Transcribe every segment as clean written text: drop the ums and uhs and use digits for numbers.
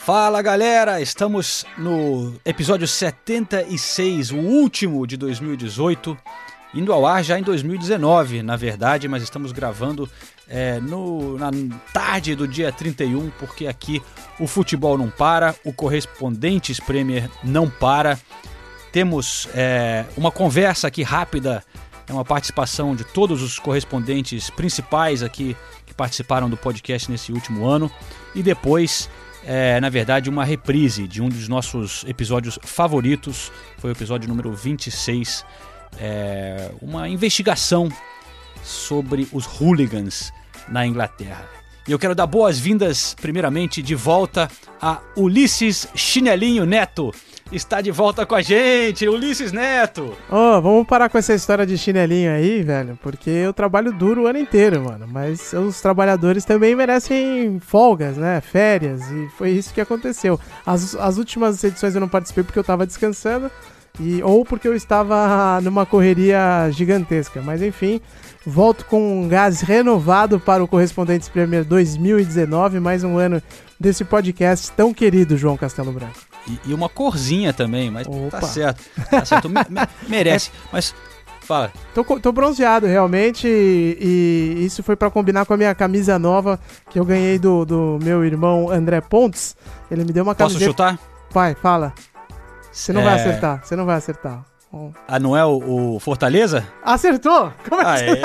Fala galera, estamos no episódio 76, o último de 2018, indo ao ar já em 2019, na verdade, mas estamos gravando na tarde do dia 31, porque aqui o futebol não para, o Correspondentes Premier não para. Temos uma conversa aqui rápida, uma participação de todos os correspondentes principais aqui que participaram do podcast nesse último ano, e depois... na verdade, uma reprise de um dos nossos episódios favoritos, foi o episódio número 26, uma investigação sobre os hooligans na Inglaterra. E eu quero dar boas-vindas, primeiramente, de volta a Ulisses Chinelinho Neto. Está de volta com a gente, Ulisses Neto! Vamos parar com essa história de chinelinho aí, velho, porque eu trabalho duro o ano inteiro, mano, mas os trabalhadores também merecem folgas, né, férias, e foi isso que aconteceu. As últimas edições eu não participei porque eu tava descansando, ou porque eu estava numa correria gigantesca, mas enfim, volto com um gás renovado para o Correspondentes Premier 2019, mais um ano desse podcast tão querido, João Castelo Branco. E uma corzinha também, mas tá certo, merece, mas fala. Tô bronzeado realmente, e isso foi pra combinar com a minha camisa nova que eu ganhei do meu irmão André Pontes. Ele me deu uma camiseta. Posso chutar? Vai, fala. Você não vai acertar. Ah, não é o Fortaleza? Acertou? Como é que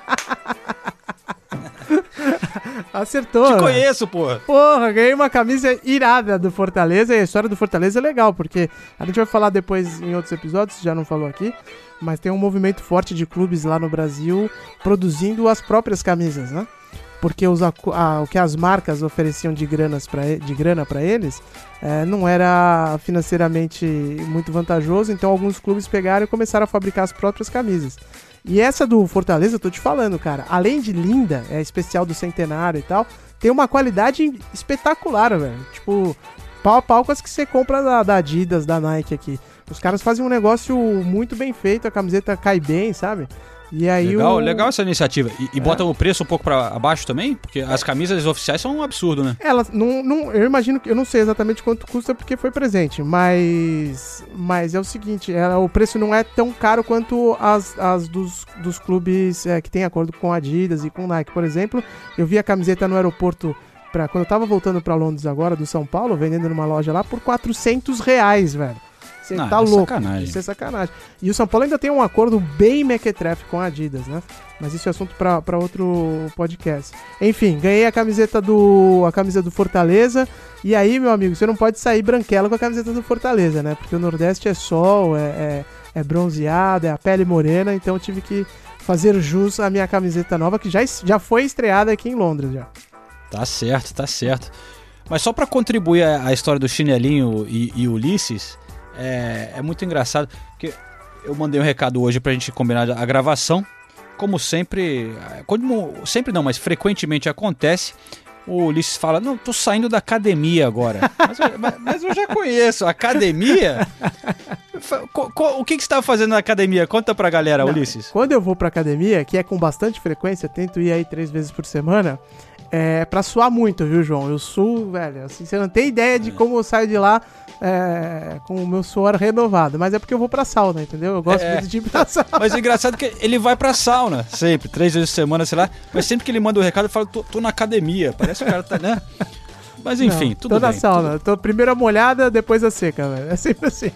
Acertou. Te conheço, porra. Porra, ganhei uma camisa irada do Fortaleza, e a história do Fortaleza é legal, porque a gente vai falar depois em outros episódios, já não falou aqui, mas tem um movimento forte de clubes lá no Brasil produzindo as próprias camisas, né? Porque o que as marcas ofereciam de grana para eles não era financeiramente muito vantajoso, então alguns clubes pegaram e começaram a fabricar as próprias camisas. E essa do Fortaleza, eu tô te falando, cara, além de linda, é especial do centenário e tal, tem uma qualidade espetacular, velho. Tipo, pau a pau com as que você compra da Adidas, da Nike aqui. Os caras fazem um negócio muito bem feito, a camiseta cai bem, sabe? E aí legal essa iniciativa. E botam o preço um pouco pra abaixo também? Porque as camisas oficiais são um absurdo, né? Elas não, eu imagino que eu não sei exatamente quanto custa porque foi presente, mas é o seguinte, o preço não é tão caro quanto as dos clubes que tem acordo com a Adidas e com Nike, por exemplo. Eu vi a camiseta no aeroporto quando eu tava voltando pra Londres agora, do São Paulo, vendendo numa loja lá por R$400, velho. Você tá louco, sacanagem. Isso é sacanagem. E o São Paulo ainda tem um acordo bem mequetrefe com a Adidas, né? Mas isso é assunto pra outro podcast. Enfim, ganhei a camisa do Fortaleza. E aí, meu amigo, você não pode sair branquela com a camiseta do Fortaleza, né? Porque o Nordeste é sol, é bronzeado, é a pele morena. Então eu tive que fazer jus à minha camiseta nova, que já foi estreada aqui em Londres, já. Tá certo. Mas só pra contribuir a história do Chinelinho e Ulisses... É muito engraçado, porque eu mandei um recado hoje pra gente combinar a gravação. Como sempre não, mas frequentemente acontece, o Ulisses fala, não, tô saindo da academia agora. Mas eu já conheço, academia? O que você estava fazendo na academia? Conta pra galera, Ulisses. Quando eu vou pra academia, que é com bastante frequência, tento ir aí 3 vezes por semana, pra suar muito, viu, João? Eu suo, velho, assim, você não tem ideia de como eu saio de lá com o meu suor renovado, mas é porque eu vou pra sauna, entendeu? Eu gosto muito de ir pra sauna. Mas é engraçado que ele vai pra sauna, sempre, 3 vezes por semana, sei lá, mas sempre que ele manda o recado, eu falo, tô na academia, parece que o cara tá, né? Mas enfim, tudo bem. Tô na sauna, tô primeiro a molhada, depois a seca, velho, é sempre assim.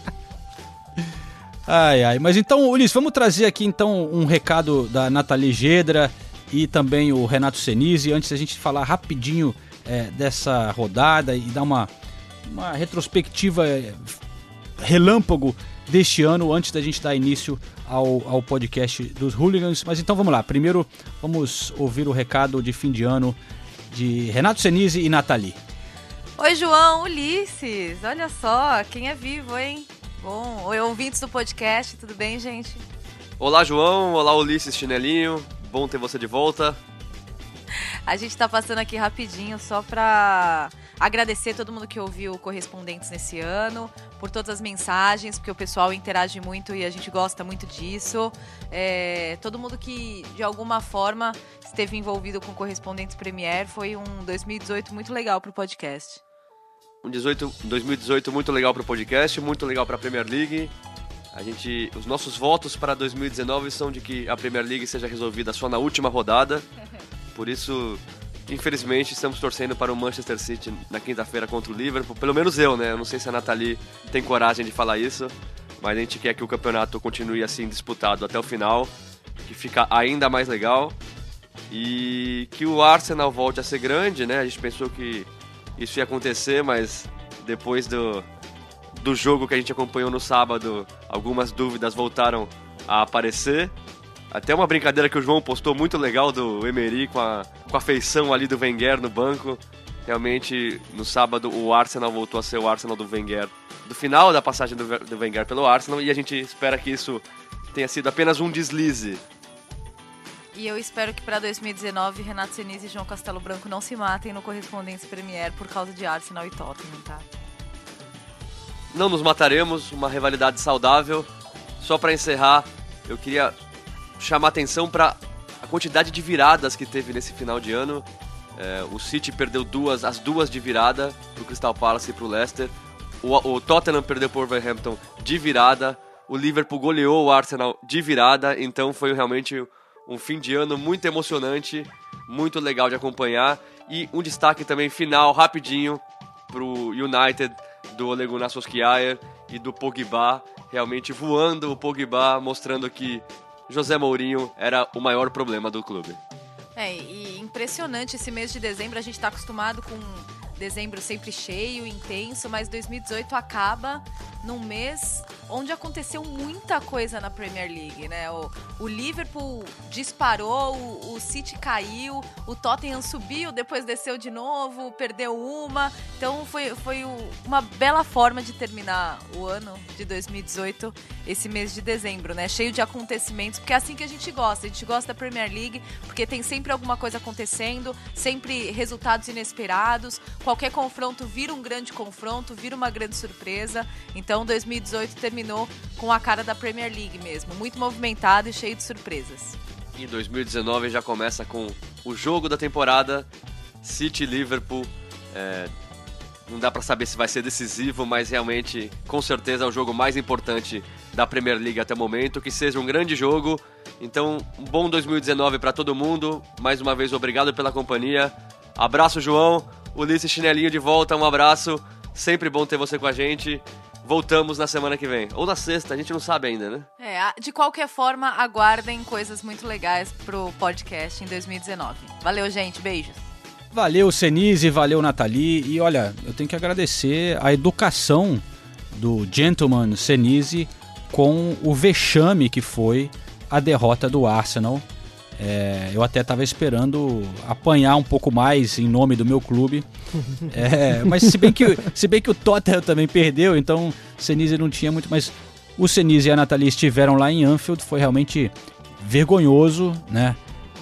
Ai, mas então, Ulisses, vamos trazer aqui então um recado da Nathalie Gedra e também o Renato Senise, antes da gente falar rapidinho dessa rodada e dar uma retrospectiva relâmpago deste ano, antes da gente dar início ao podcast dos Hooligans. Mas então vamos lá, primeiro vamos ouvir o recado de fim de ano de Renato Senise e Nathalie. Oi, João, Ulisses, olha só, quem é vivo, hein? Bom, oi, ouvintes do podcast, tudo bem, gente? Olá, João, olá, Ulisses Chinelinho, bom ter você de volta. A gente tá passando aqui rapidinho só pra agradecer todo mundo que ouviu Correspondentes nesse ano, por todas as mensagens, porque o pessoal interage muito e a gente gosta muito disso. Todo mundo que, de alguma forma, esteve envolvido com Correspondentes Premier, foi um 2018 muito legal pro podcast. 2018 muito legal para o podcast, muito legal para a Premier League. Os nossos votos para 2019 são de que a Premier League seja resolvida só na última rodada. Por isso, infelizmente, estamos torcendo para o Manchester City na quinta-feira contra o Liverpool. Pelo menos eu, né? Eu não sei se a Nathalie tem coragem de falar isso, mas a gente quer que o campeonato continue assim disputado até o final, que fica ainda mais legal. E que o Arsenal volte a ser grande, né? A gente pensou que isso ia acontecer, mas depois do jogo que a gente acompanhou no sábado, algumas dúvidas voltaram a aparecer. Até uma brincadeira que o João postou muito legal do Emery com a feição ali do Wenger no banco. Realmente, no sábado, o Arsenal voltou a ser o Arsenal do Wenger, do final da passagem do Wenger pelo Arsenal, e a gente espera que isso tenha sido apenas um deslize. E eu espero que para 2019 Renato Senise e João Castelo Branco não se matem no Correspondência Premier por causa de Arsenal e Tottenham, tá? Não nos mataremos, uma rivalidade saudável. Só para encerrar, eu queria chamar atenção para a quantidade de viradas que teve nesse final de ano. O City perdeu as duas de virada pro Crystal Palace e pro Leicester. O Tottenham perdeu pro Wolverhampton de virada. O Liverpool goleou o Arsenal de virada. Então foi realmente um fim de ano muito emocionante, muito legal de acompanhar. E um destaque também final, rapidinho, pro United, do Ole Gunnar Solskjaer e do Pogba, realmente voando o Pogba, mostrando que José Mourinho era o maior problema do clube. E impressionante esse mês de dezembro, a gente está acostumado com dezembro sempre cheio, intenso, mas 2018 acaba num mês onde aconteceu muita coisa na Premier League, né? O Liverpool disparou, o City caiu, o Tottenham subiu, depois desceu de novo, perdeu uma. Então foi uma bela forma de terminar o ano de 2018, esse mês de dezembro, né? Cheio de acontecimentos, porque é assim que a gente gosta. A gente gosta da Premier League porque tem sempre alguma coisa acontecendo, sempre resultados inesperados. Qualquer confronto vira um grande confronto, vira uma grande surpresa. Então 2018 terminou com a cara da Premier League mesmo, muito movimentado e cheio de surpresas. E 2019 já começa com o jogo da temporada, City-Liverpool. Não dá pra saber se vai ser decisivo, mas realmente, com certeza, é o jogo mais importante da Premier League até o momento. Que seja um grande jogo. Então, um bom 2019 pra todo mundo. Mais uma vez, obrigado pela companhia. Abraço, João. Ulisses Chinelinho de volta, um abraço. Sempre bom ter você com a gente. Voltamos na semana que vem. Ou na sexta, a gente não sabe ainda, né? De qualquer forma, aguardem coisas muito legais pro podcast em 2019. Valeu, gente. Beijos. Valeu, Senise, valeu, Nathalie. E olha, eu tenho que agradecer a educação do gentleman Senise com o vexame que foi a derrota do Arsenal. Eu até estava esperando apanhar um pouco mais em nome do meu clube. Mas se bem que o Tottenham também perdeu, então Senise não tinha muito. Mas o Senise e a Nathalie estiveram lá em Anfield, foi realmente vergonhoso, né?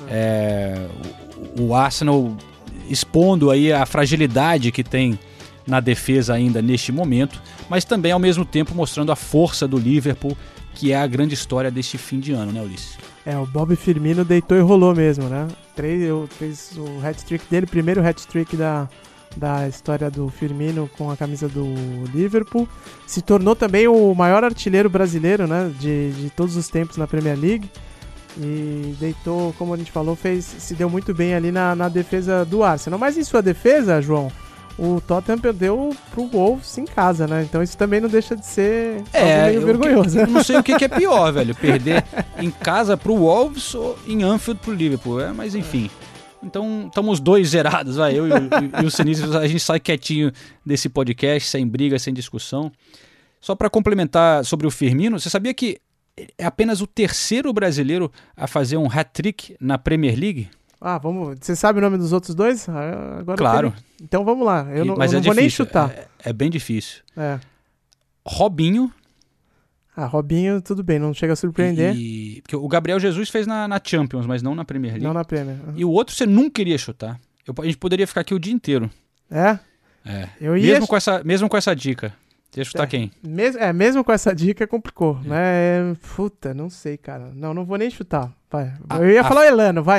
O Arsenal expondo aí a fragilidade que tem na defesa ainda neste momento, mas também ao mesmo tempo mostrando a força do Liverpool, que é a grande história deste fim de ano, né, Ulisses? O Bobby Firmino deitou e rolou mesmo, né? Fez o hat-trick dele, primeiro hat-trick da história do Firmino com a camisa do Liverpool. Se tornou também o maior artilheiro brasileiro, né? De todos os tempos na Premier League. E deitou, como a gente falou, se deu muito bem ali na defesa do Arsenal. Mas em sua defesa, João, o Tottenham perdeu pro Wolves em casa, né? Então isso também não deixa de ser algo meio vergonhoso. Eu não sei o que é pior, velho. Perder em casa pro Wolves ou em Anfield pro Liverpool. Mas enfim. Então estamos dois zerados, vai. Eu e o Senise, a gente sai quietinho desse podcast, sem briga, sem discussão. Só para complementar sobre o Firmino, você sabia que é apenas o terceiro brasileiro a fazer um hat-trick na Premier League? Vamos. Você sabe o nome dos outros dois? Agora claro. Então vamos lá. Eu não difícil, vou nem chutar. É bem difícil. Robinho. Robinho, tudo bem, não chega a surpreender. Porque o Gabriel Jesus fez na Champions, mas não na Premier League. Não na Premier. Uhum. E o outro você nunca iria chutar. A gente poderia ficar aqui o dia inteiro. Eu ia... Mesmo com essa dica. Você ia chutar quem? Mesmo com essa dica complicou, né? Puta, não sei, cara. Não vou nem chutar. Vai. Eu ia falar o Elano, vai.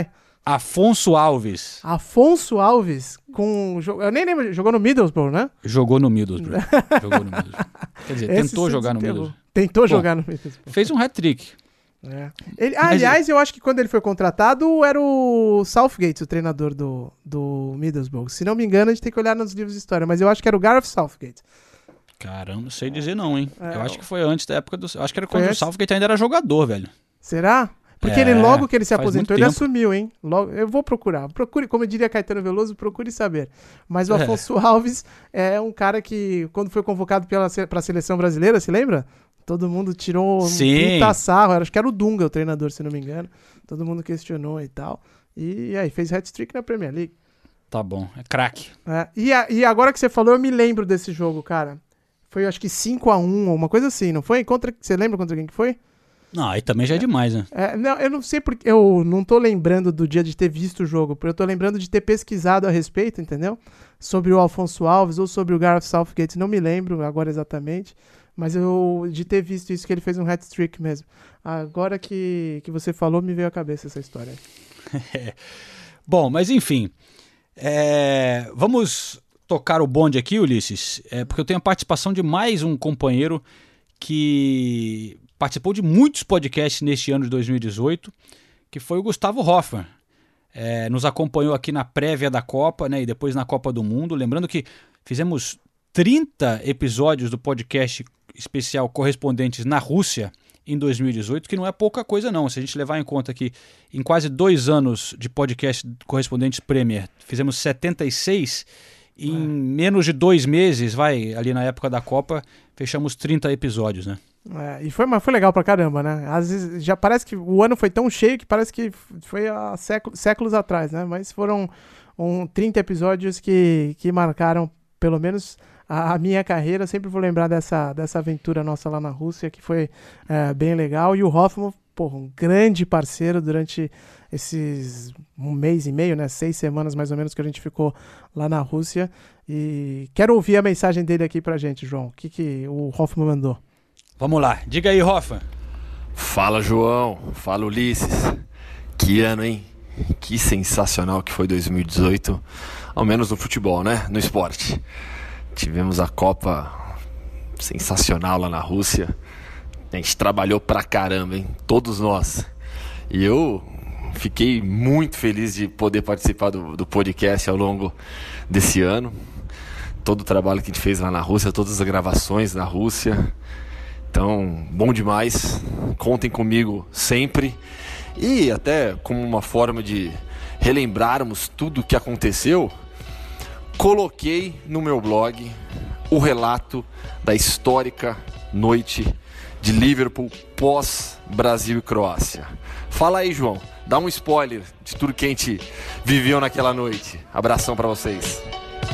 Afonso Alves. Afonso Alves, eu nem lembro, jogou no Middlesbrough, né? Jogou no Middlesbrough. Quer dizer, tentou jogar no Middlesbrough. Tentou jogar no Middlesbrough. Fez um hat-trick. Aliás, eu acho que quando ele foi contratado, era o Southgate, o treinador do Middlesbrough. Se não me engano, a gente tem que olhar nos livros de história, mas eu acho que era o Gareth Southgate. Caramba, não sei dizer não, hein? Eu acho que foi antes da época do... Eu acho que era quando o Southgate ainda era jogador, velho. Será? Porque logo que ele se aposentou, ele tempo. Assumiu, hein? Eu vou procurar. Procure, como diria Caetano Veloso, procure saber. Mas o Afonso Alves é um cara que, quando foi convocado para a seleção brasileira, se lembra? Todo mundo tirou um puta sarro. Acho que era o Dunga, o treinador, se não me engano. Todo mundo questionou e tal. E aí, fez hat-trick na Premier League. Tá bom, é craque. E agora que você falou, eu me lembro desse jogo, cara. Foi, acho que 5-1, ou uma coisa assim, não foi? Você lembra contra quem que foi? Não, aí também já é demais, né? Não, eu não sei porque... Eu não tô lembrando do dia de ter visto o jogo, porque eu tô lembrando de ter pesquisado a respeito, entendeu? Sobre o Afonso Alves ou sobre o Gareth Southgate, não me lembro agora exatamente, mas de ter visto isso, que ele fez um hat-trick mesmo. Agora que você falou, me veio à cabeça essa história. Bom, mas enfim, vamos tocar o bonde aqui, Ulisses, porque eu tenho a participação de mais um companheiro que participou de muitos podcasts neste ano de 2018, que foi o Gustavo Hoffmann. Nos acompanhou aqui na prévia da Copa, né, e depois na Copa do Mundo. Lembrando que fizemos 30 episódios do podcast especial Correspondentes na Rússia em 2018, que não é pouca coisa não. Se a gente levar em conta que em quase 2 anos de podcast Correspondentes Premier, fizemos 76, em menos de 2 meses, ali na época da Copa, fechamos 30 episódios, né? Mas foi legal pra caramba, né? Às vezes já parece que o ano foi tão cheio que parece que foi há séculos atrás, né? Mas foram 30 episódios que marcaram, pelo menos, a minha carreira. Sempre vou lembrar dessa aventura nossa lá na Rússia, que foi bem legal. E o Hoffmann, um grande parceiro durante esses 1 mês e meio, né? 6 semanas mais ou menos que a gente ficou lá na Rússia. E quero ouvir a mensagem dele aqui pra gente, João. O que o Hoffmann mandou? Vamos lá, diga aí, Hoffmann. Fala, João. Fala, Ulisses. Que ano, hein? Que sensacional que foi 2018, ao menos no futebol, né? No esporte. Tivemos a Copa sensacional lá na Rússia. A gente trabalhou pra caramba, hein? Todos nós. E eu fiquei muito feliz de poder participar do podcast ao longo desse ano. Todo o trabalho que a gente fez lá na Rússia, todas as gravações na Rússia. Então, bom demais. Contem comigo sempre. E até como uma forma de relembrarmos tudo o que aconteceu, coloquei no meu blog o relato da histórica noite de Liverpool pós Brasil e Croácia. Fala aí, João. Dá um spoiler de tudo que a gente viveu naquela noite. Abração pra vocês.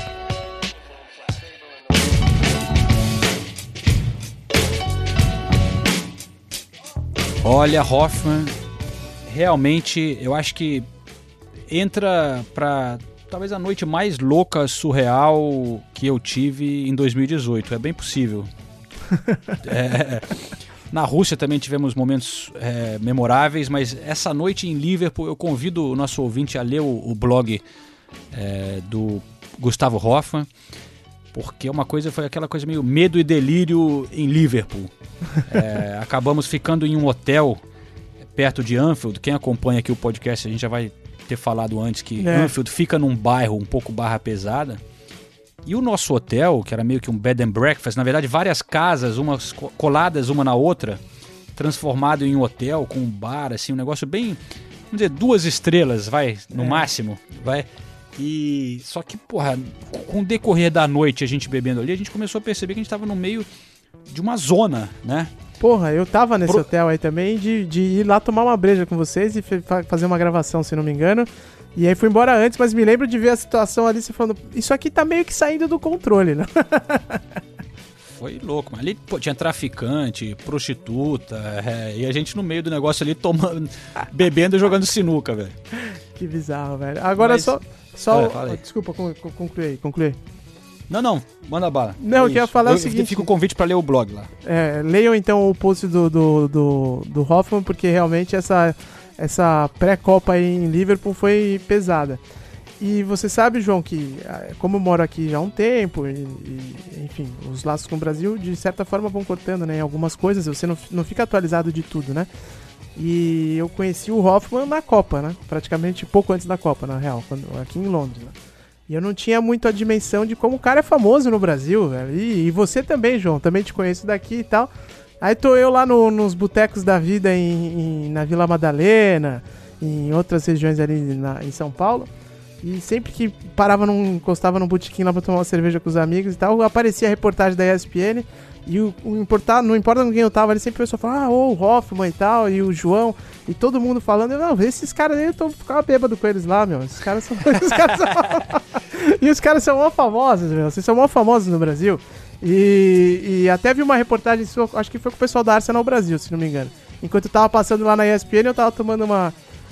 Olha, Hoffmann, realmente eu acho que entra pra talvez a noite mais louca, surreal que eu tive em 2018. É bem possível. Na Rússia também tivemos momentos memoráveis, mas essa noite em Liverpool eu convido o nosso ouvinte a ler o blog do Gustavo Hoffmann, porque foi aquela coisa meio medo e delírio em Liverpool. Acabamos ficando em um hotel perto de Anfield. Quem acompanha aqui o podcast, a gente já vai ter falado antes que Anfield fica num bairro um pouco barra pesada. E o nosso hotel, que era meio que um bed and breakfast, na verdade várias casas, umas coladas uma na outra, transformado em um hotel com um bar, assim, um negócio bem, vamos dizer, 2 estrelas, no máximo, E só que, com o decorrer da noite, a gente bebendo ali, a gente começou a perceber que a gente estava no meio de uma zona, né? Eu tava nesse hotel aí também, de ir lá tomar uma breja com vocês e fazer uma gravação, se não me engano. E aí fui embora antes, mas me lembro de ver a situação ali, você falando, isso aqui tá meio que saindo do controle, né? Foi louco, mas ali tinha traficante, prostituta, e a gente no meio do negócio ali bebendo e jogando sinuca, velho. Que bizarro, velho. Agora desculpa, concluir. Não, manda bala. Não, eu queria falar o seguinte... Fica o convite para ler o blog lá. Leiam então o post do Hoffmann, porque realmente essa pré-Copa aí em Liverpool foi pesada. E você sabe, João, que como eu moro aqui já há um tempo, enfim, os laços com o Brasil de certa forma vão cortando, né? Em algumas coisas, você não fica atualizado de tudo, né? E eu conheci o Hoffman na Copa, né? Praticamente pouco antes da Copa, na real, aqui em Londres, né? E eu não tinha muito a dimensão de como o cara é famoso no Brasil, velho. E você também, João, também te conheço daqui e tal. Aí tô eu lá nos botecos da vida na Vila Madalena, em outras regiões ali em São Paulo. E sempre que encostava num botequim lá pra tomar uma cerveja com os amigos e tal, aparecia a reportagem da ESPN e não importa com quem eu tava, ele sempre o pessoal falava, o Hoffman e tal, e o João, e todo mundo falando, não, esses caras aí, eu ficava bêbado com eles lá, meu, esses caras são... E os caras são mó famosos, meu, vocês são mó famosos no Brasil. E até vi uma reportagem, acho que foi com o pessoal da Arsenal Brasil, se não me engano. Enquanto eu tava passando lá na ESPN, eu tava tomando uma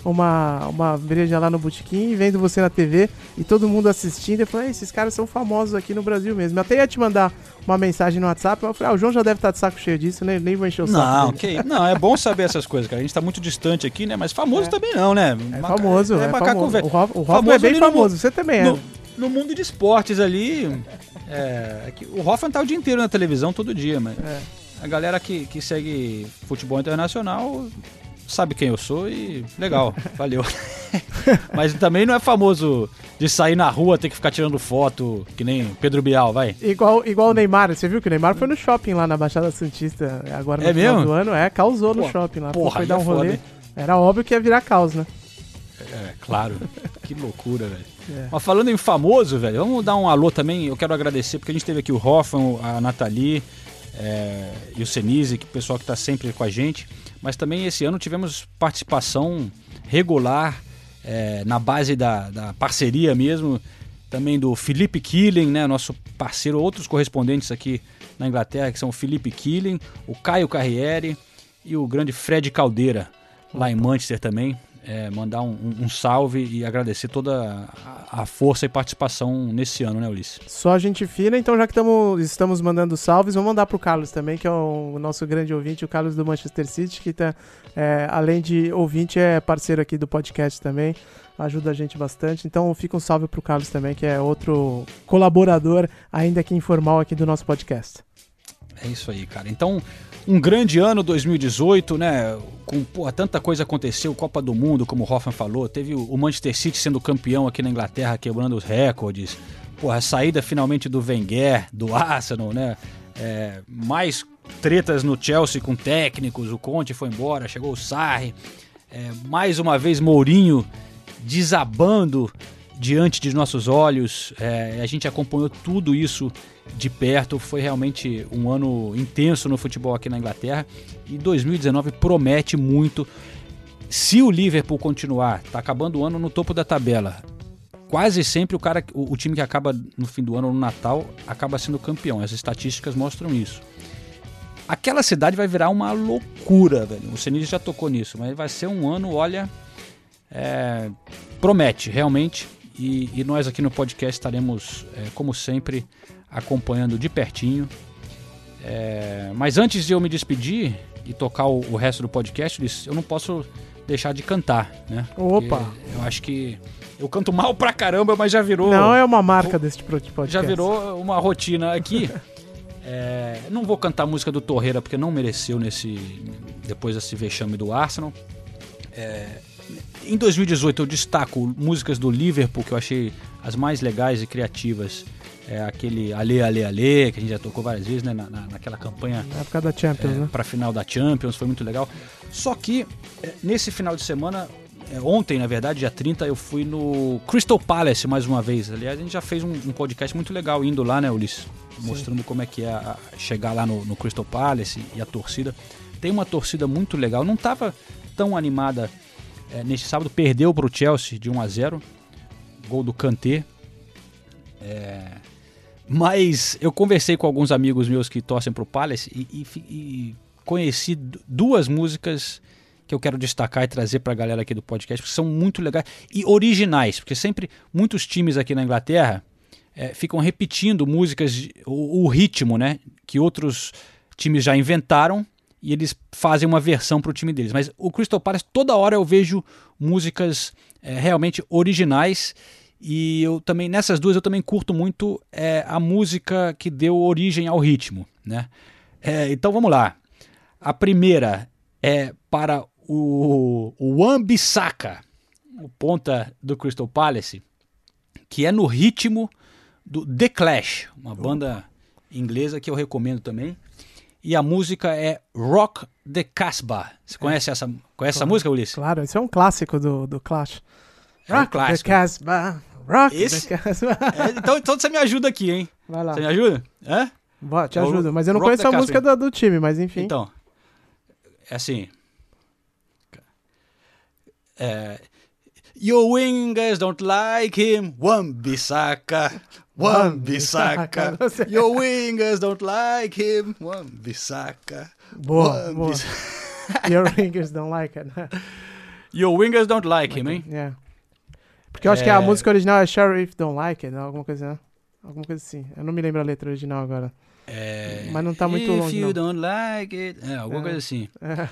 breja lá no botequim, vendo você na TV e todo mundo assistindo. Eu falei, esses caras são famosos aqui no Brasil mesmo. Eu até ia te mandar uma mensagem no WhatsApp, mas eu falei, o João já deve estar de saco cheio disso, né? Nem vou encher o saco dele. Não, é bom saber essas coisas, cara. A gente tá muito distante aqui, né? Mas famoso também não, né? É famoso, é macaco famoso. velho. O Hoffman é bem famoso, você também é. No mundo de esportes ali, o Hoffman tá o dia inteiro na televisão, todo dia, mas a galera que segue futebol internacional sabe quem eu sou e legal, valeu. Mas também não é famoso de sair na rua, ter que ficar tirando foto, que nem Pedro Bial, vai. Igual o Neymar, você viu que o Neymar foi no shopping lá na Baixada Santista, agora no final do ano, causou no shopping lá. Porra, foi dar um rolê. Foda. Era óbvio que ia virar caos, né? Claro. Que loucura, velho. Mas falando em famoso, velho, vamos dar um alô também. Eu quero agradecer, porque a gente teve aqui o Hoffman, a Nathalie e o Senise, que o pessoal que está sempre com a gente. Mas também esse ano tivemos participação regular na base da parceria mesmo. Também do Felipe Killing, né, nosso parceiro, outros correspondentes aqui na Inglaterra, que são o Felipe Killing, o Caio Carriere e o grande Fred Caldeira, lá em Manchester também. Mandar um salve e agradecer toda a força e participação nesse ano, né, Ulisses? Só gente fina, então já que estamos mandando salves, vamos mandar pro Carlos também, que é o nosso grande ouvinte, o Carlos do Manchester City, que tá, além de ouvinte, é parceiro aqui do podcast também, ajuda a gente bastante, então fica um salve pro Carlos também, que é outro colaborador, ainda que informal, aqui do nosso podcast. É isso aí, cara. Então, um grande ano 2018, né? Com tanta coisa aconteceu, Copa do Mundo, como o Hoffman falou, teve o Manchester City sendo campeão aqui na Inglaterra, quebrando os recordes. A saída finalmente do Wenger, do Arsenal, né? Mais tretas no Chelsea com técnicos, o Conte foi embora, chegou o Sarri. Mais uma vez Mourinho desabando diante de nossos olhos. A gente acompanhou tudo isso de perto, foi realmente um ano intenso no futebol aqui na Inglaterra e 2019 promete muito. Se o Liverpool continuar, tá acabando o ano no topo da tabela, quase sempre o time que acaba no fim do ano, no Natal, acaba sendo campeão, as estatísticas mostram isso. Aquela cidade vai virar uma loucura, velho. O Senise já tocou nisso, mas vai ser um ano, olha, promete realmente, e nós aqui no podcast estaremos, como sempre, acompanhando de pertinho. Mas antes de eu me despedir e tocar o resto do podcast, eu não posso deixar de cantar, né? Opa! Porque eu acho que eu canto mal pra caramba, mas já virou... Não é uma marca deste podcast. Já virou uma rotina aqui. Não vou cantar a música do Torreira, porque não mereceu depois desse vexame do Arsenal. Em 2018 eu destaco músicas do Liverpool, que eu achei as mais legais e criativas. Aquele Ale, Ale, Ale, que a gente já tocou várias vezes, né, naquela campanha. Na época da Champions, né? Pra final da Champions, foi muito legal. Só que, nesse final de semana, ontem, na verdade, dia 30, eu fui no Crystal Palace mais uma vez. Aliás, a gente já fez um podcast muito legal indo lá, né, Ulisses? Mostrando como é que é chegar lá no Crystal Palace e a torcida. Tem uma torcida muito legal. Não estava tão animada neste sábado. Perdeu para o Chelsea de 1-0. Gol do Kanté. Mas eu conversei com alguns amigos meus que torcem para o Palace e conheci duas músicas que eu quero destacar e trazer para a galera aqui do podcast, porque são muito legais e originais, porque sempre muitos times aqui na Inglaterra ficam repetindo músicas, o ritmo, né, que outros times já inventaram, e eles fazem uma versão para o time deles. Mas o Crystal Palace, toda hora eu vejo músicas realmente originais, e eu também, nessas duas, eu também curto muito a música que deu origem ao ritmo, né? Então vamos lá. A primeira é para o Wan-Bissaka, o ponta do Crystal Palace, que é no ritmo do The Clash, uma banda inglesa que eu recomendo também. E a música é Rock the Casbah. Você conhece essa música, Ulisses? Claro, esse é um clássico do Clash. Rock the Casbah, Rock the Casbah. Então você me ajuda aqui, hein? Vai lá. Você me ajuda? Te ajudo, mas eu não Rock conheço the a música Casbah. do time, mas enfim. Então, é assim... Your wingers don't like him, Wan-Bissaka, Wan-Bissaka. Your wingers don't like him, Wan-Bissaka. Boa. Your wingers don't like it. Your wingers don't like him, hein? Yeah. Porque eu acho que a música original é Sheriff Don't Like It, alguma coisa, né? Alguma coisa assim. Eu não me lembro a letra original agora. Mas não tá muito longe, If you não. don't like it... alguma coisa assim.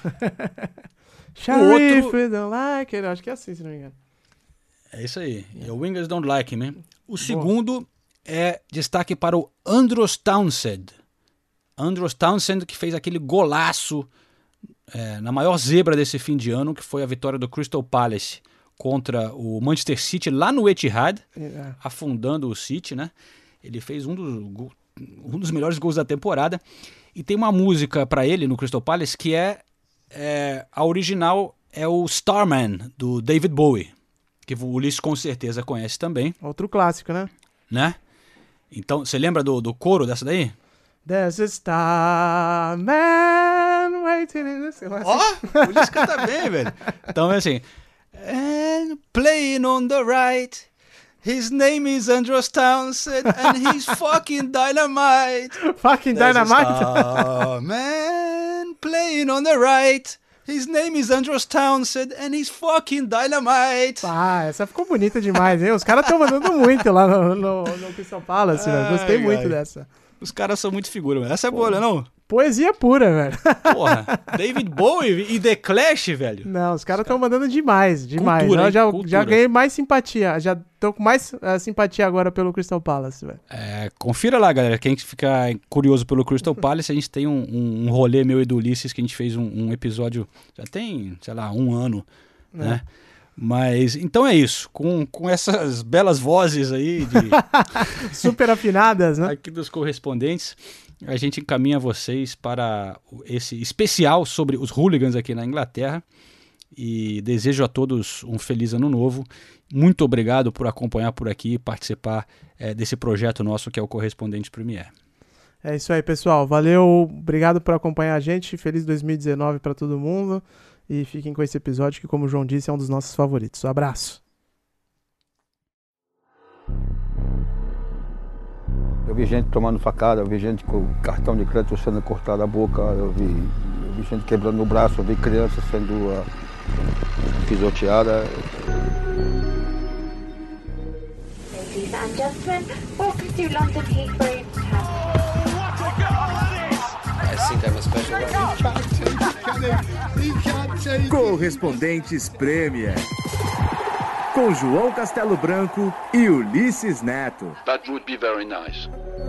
Sheriff Don't Like It. Acho que é assim, se não me engano. É isso aí. Your wingers don't like him, hein? O segundo é destaque para o Andros Townsend. Andros Townsend, que fez aquele golaço na maior zebra desse fim de ano, que foi a vitória do Crystal Palace contra o Manchester City lá no Etihad, afundando o City, né? Ele fez um dos melhores gols da temporada. E tem uma música para ele no Crystal Palace que a original é o Starman, do David Bowie, que o Ulisses com certeza conhece também. Outro clássico, né? Então, você lembra do coro dessa daí? There's a starman waiting in the sea. O Ulisses canta bem, velho. Então é assim... And playing on the right, his name is Andros Townsend, and he's fucking dynamite. Fucking There's dynamite? a starman playing on the right, his name is Andros Townsend, and he's fucking dynamite. Essa ficou bonita demais, hein? Os caras estão mandando muito lá no Crystal Palace, velho. Gostei muito dessa. Os caras são muito figura, velho. Essa é boa, não? Poesia pura, velho. Porra, David Bowie e The Clash, velho. Não, os caras estão mandando demais. Cultura, Eu já ganhei mais simpatia. Já tô com mais simpatia agora pelo Crystal Palace, velho. Confira lá, galera. Quem ficar curioso pelo Crystal Palace, a gente tem um rolê meu e do Ulisses que a gente fez um episódio, já tem, sei lá, 1 ano, né? Mas, então é isso. Com essas belas vozes aí super afinadas, né? Aqui dos correspondentes, a gente encaminha vocês para esse especial sobre os hooligans aqui na Inglaterra, e desejo a todos um feliz ano novo. Muito obrigado por acompanhar por aqui e participar desse projeto nosso que é o Correspondente Premier. É isso aí, pessoal. Valeu, obrigado por acompanhar a gente. Feliz 2019 para todo mundo. E fiquem com esse episódio que, como o João disse, é um dos nossos favoritos. Um abraço. Eu vi gente tomando facada, eu vi gente com cartão de crédito sendo cortado a boca, eu vi gente quebrando o braço, eu vi criança sendo pisoteada. Ladies and gentlemen, welcome to London Heathrow. I think I'm a special one. Correspondentes Premier. Com João Castelo Branco e Ulisses Neto. That would be very nice.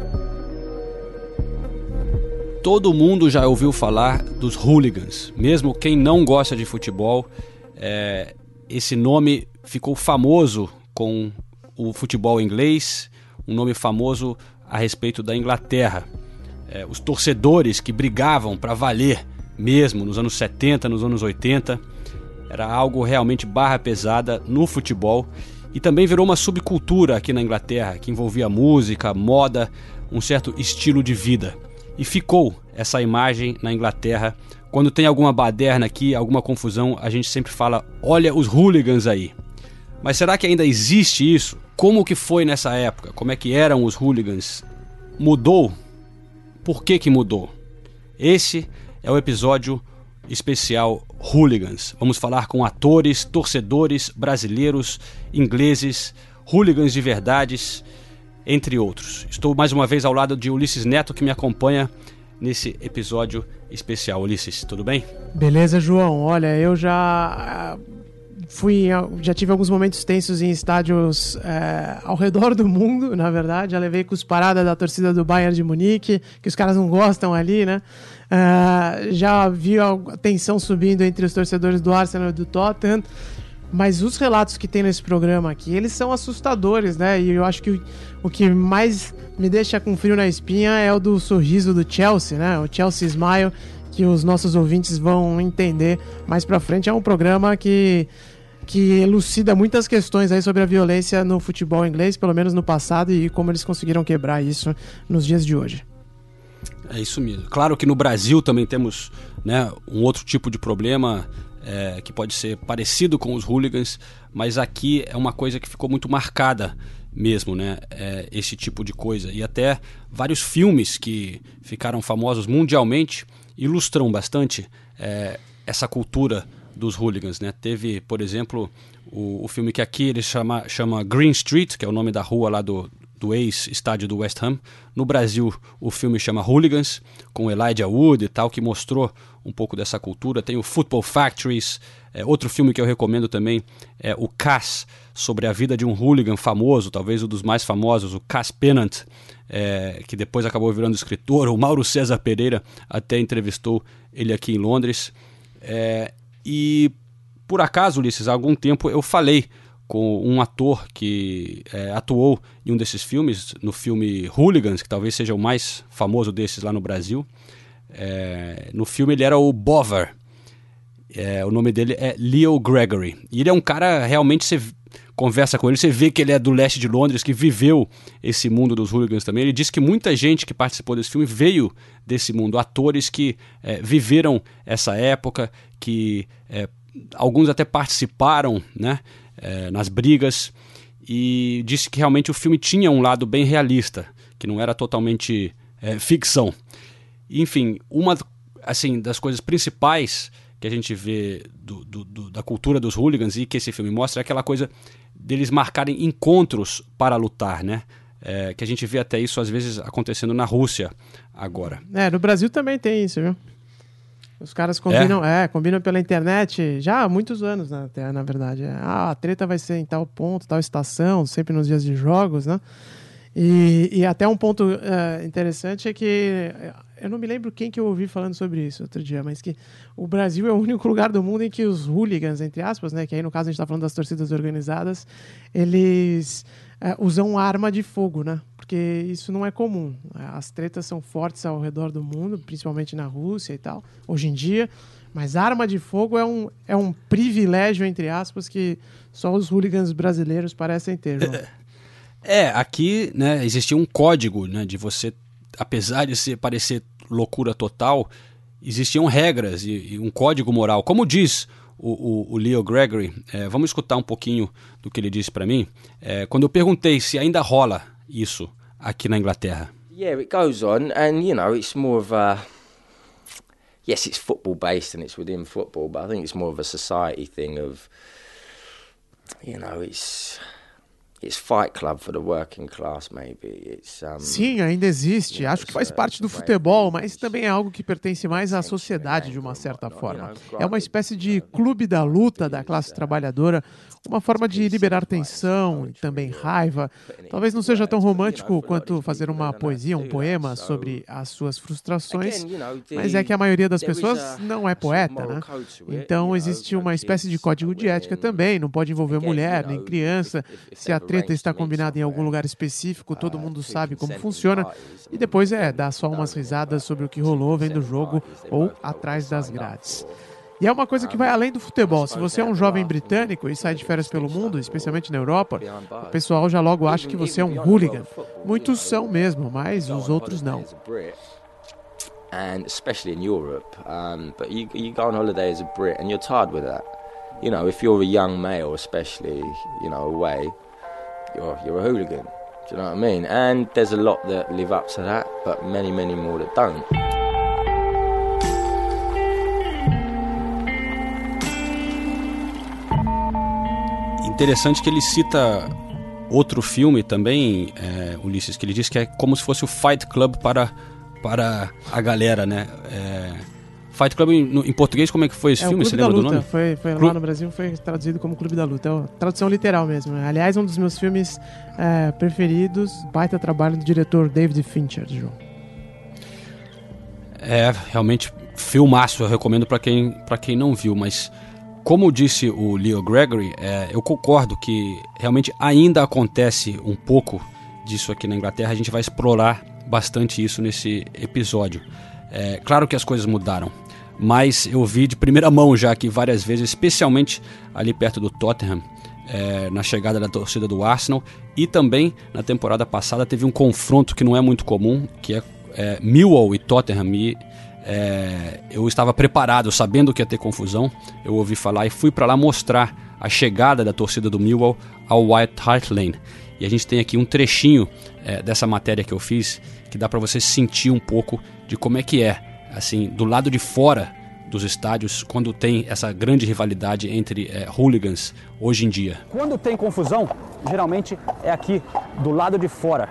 Todo mundo já ouviu falar dos hooligans, mesmo quem não gosta de futebol. Esse nome ficou famoso com o futebol inglês, um nome famoso a respeito da Inglaterra. Os torcedores que brigavam para valer mesmo nos anos 70, nos anos 80, era algo realmente barra pesada no futebol, e também virou uma subcultura aqui na Inglaterra, que envolvia música, moda, um certo estilo de vida. E ficou essa imagem na Inglaterra. Quando tem alguma baderna aqui, alguma confusão, a gente sempre fala, olha os hooligans aí. Mas será que ainda existe isso? Como que foi nessa época? Como é que eram os hooligans? Mudou? Por que mudou? Esse é o episódio especial Hooligans. Vamos falar com atores, torcedores brasileiros, ingleses, hooligans de verdades, entre outros. Estou mais uma vez ao lado de Ulisses Neto, que me acompanha nesse episódio especial. Ulisses, tudo bem? Beleza, João. Olha, eu já tive alguns momentos tensos em estádios ao redor do mundo, na verdade. Já levei cusparada da torcida do Bayern de Munique, que os caras não gostam ali, né? Já vi a tensão subindo entre os torcedores do Arsenal e do Tottenham. Mas os relatos que tem nesse programa aqui, eles são assustadores, né? E eu acho que o que mais me deixa com frio na espinha é o do sorriso do Chelsea, né? O Chelsea Smile, que os nossos ouvintes vão entender mais pra frente. É um programa que elucida muitas questões aí sobre a violência no futebol inglês, pelo menos no passado, e como eles conseguiram quebrar isso nos dias de hoje. É isso mesmo. Claro que no Brasil também temos, né, um outro tipo de problema que pode ser parecido com os hooligans, mas aqui é uma coisa que ficou muito marcada mesmo, né? Esse tipo de coisa. E até vários filmes que ficaram famosos mundialmente ilustram bastante essa cultura dos hooligans, né? Teve, por exemplo, o filme que aqui ele chama Green Street, que é o nome da rua lá do ex-estádio do West Ham. No Brasil, o filme chama Hooligans, com Elijah Wood e tal, que mostrou um pouco dessa cultura. Tem o Football Factories, outro filme que eu recomendo também é o Cass, sobre a vida de um hooligan famoso, talvez um dos mais famosos, o Cass Pennant, que depois acabou virando escritor. O Mauro César Pereira até entrevistou ele aqui em Londres. E por acaso, Ulisses, há algum tempo eu falei com um ator que atuou em um desses filmes, no filme Hooligans, que talvez seja o mais famoso desses lá no Brasil. No filme ele era o Bover, o nome dele é Leo Gregory, e ele é um cara, realmente você conversa com ele, você vê que ele é do leste de Londres, que viveu esse mundo dos hooligans também. Ele disse que muita gente que participou desse filme veio desse mundo, atores que viveram essa época, que alguns até participaram, né, nas brigas, e disse que realmente o filme tinha um lado bem realista, que não era totalmente ficção. Enfim, uma assim, das coisas principais que a gente vê da cultura dos hooligans e que esse filme mostra é aquela coisa deles marcarem encontros para lutar, né? Que a gente vê até isso às vezes acontecendo na Rússia agora. No Brasil também tem isso, viu? Os caras combinam pela internet já há muitos anos, né, na verdade. A treta vai ser em tal ponto, tal estação, sempre nos dias de jogos, né? E até um ponto interessante é que eu não me lembro quem que eu ouvi falando sobre isso outro dia, mas que o Brasil é o único lugar do mundo em que os hooligans, entre aspas, né, que aí no caso a gente está falando das torcidas organizadas, eles usam arma de fogo, né? Porque isso não é comum. As tretas são fortes ao redor do mundo, principalmente na Rússia e tal, hoje em dia. Mas arma de fogo é um privilégio, entre aspas, que só os hooligans brasileiros parecem ter, João. Aqui, né, existia um código, né, de você, apesar de parecer loucura total, existiam regras e um código moral. Como diz o Leo Gregory, vamos escutar um pouquinho do que ele disse para mim, quando eu perguntei se ainda rola isso aqui na Inglaterra. Yeah, it goes on, and you know, it's more of a... Yes, it's football based and it's within football, but I think it's more of a society thing of, you know, it's Fight Club for the working class, maybe. Sim, ainda existe. Acho que faz parte do futebol, mas também é algo que pertence mais à sociedade de uma certa forma. É uma espécie de clube da luta da classe trabalhadora, uma forma de liberar tensão e também raiva. Talvez não seja tão romântico quanto fazer uma poesia, um poema sobre as suas frustrações, mas é que a maioria das pessoas não é poeta, né? Então existe uma espécie de código de ética também, não pode envolver mulher nem criança. Se a treta está combinada em algum lugar específico, todo mundo sabe como funciona, e depois dá só umas risadas sobre o que rolou vendo o jogo ou atrás das grades. E é uma coisa que vai além do futebol. Se você é um jovem britânico e sai de férias pelo mundo, especialmente na Europa, o pessoal já logo acha que você é um hooligan. Muitos são mesmo, mas os outros não. And especially in Europe, but you go on holiday as a Brit and you're tired with that. You know, if you're a young male, especially, you know, away, you're a hooligan. Do you know what I mean? And there's a lot that live up to that, but many, many more that don't. Interessante que ele cita outro filme também, Ulisses, que ele diz que é como se fosse o Fight Club para para a galera, né? Fight Club em português, como é que foi esse filme? Você lembra do nome? Foi lá no Brasil, foi traduzido como Clube da Luta. É tradução literal mesmo. Né? Aliás, um dos meus filmes preferidos, baita trabalho do diretor David Fincher, João. Realmente, filmaço, eu recomendo para quem não viu, mas como disse o Leo Gregory, eu concordo que realmente ainda acontece um pouco disso aqui na Inglaterra, a gente vai explorar bastante isso nesse episódio. Claro que as coisas mudaram, mas eu vi de primeira mão já aqui várias vezes, especialmente ali perto do Tottenham, na chegada da torcida do Arsenal, e também na temporada passada teve um confronto que não é muito comum, que é Millwall e Tottenham, e eu estava preparado, sabendo que ia ter confusão, eu ouvi falar e fui para lá mostrar a chegada da torcida do Millwall ao White Hart Lane. E a gente tem aqui um trechinho dessa matéria que eu fiz, que dá para você sentir um pouco de como é que assim, do lado de fora dos estádios, quando tem essa grande rivalidade entre hooligans hoje em dia. Quando tem confusão, geralmente é aqui, do lado de fora.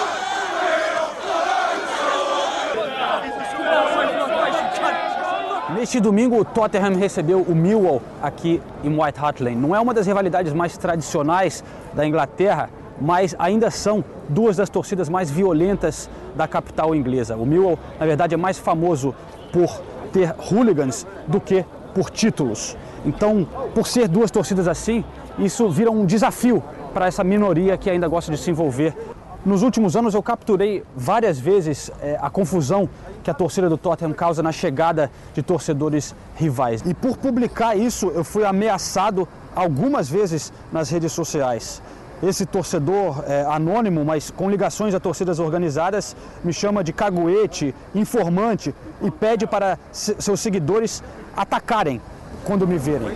Neste domingo, o Tottenham recebeu o Millwall aqui em White Hart Lane. Não é uma das rivalidades mais tradicionais da Inglaterra, mas ainda são duas das torcidas mais violentas da capital inglesa. O Millwall, na verdade, é mais famoso por ter hooligans do que por títulos. Então, por ser duas torcidas assim, isso vira um desafio para essa minoria que ainda gosta de se envolver. Nos últimos anos eu capturei várias vezes a confusão que a torcida do Tottenham causa na chegada de torcedores rivais. E por publicar isso, eu fui ameaçado algumas vezes nas redes sociais. Esse torcedor anônimo, mas com ligações a torcidas organizadas, me chama de caguete, informante e pede para seus seguidores atacarem quando me verem.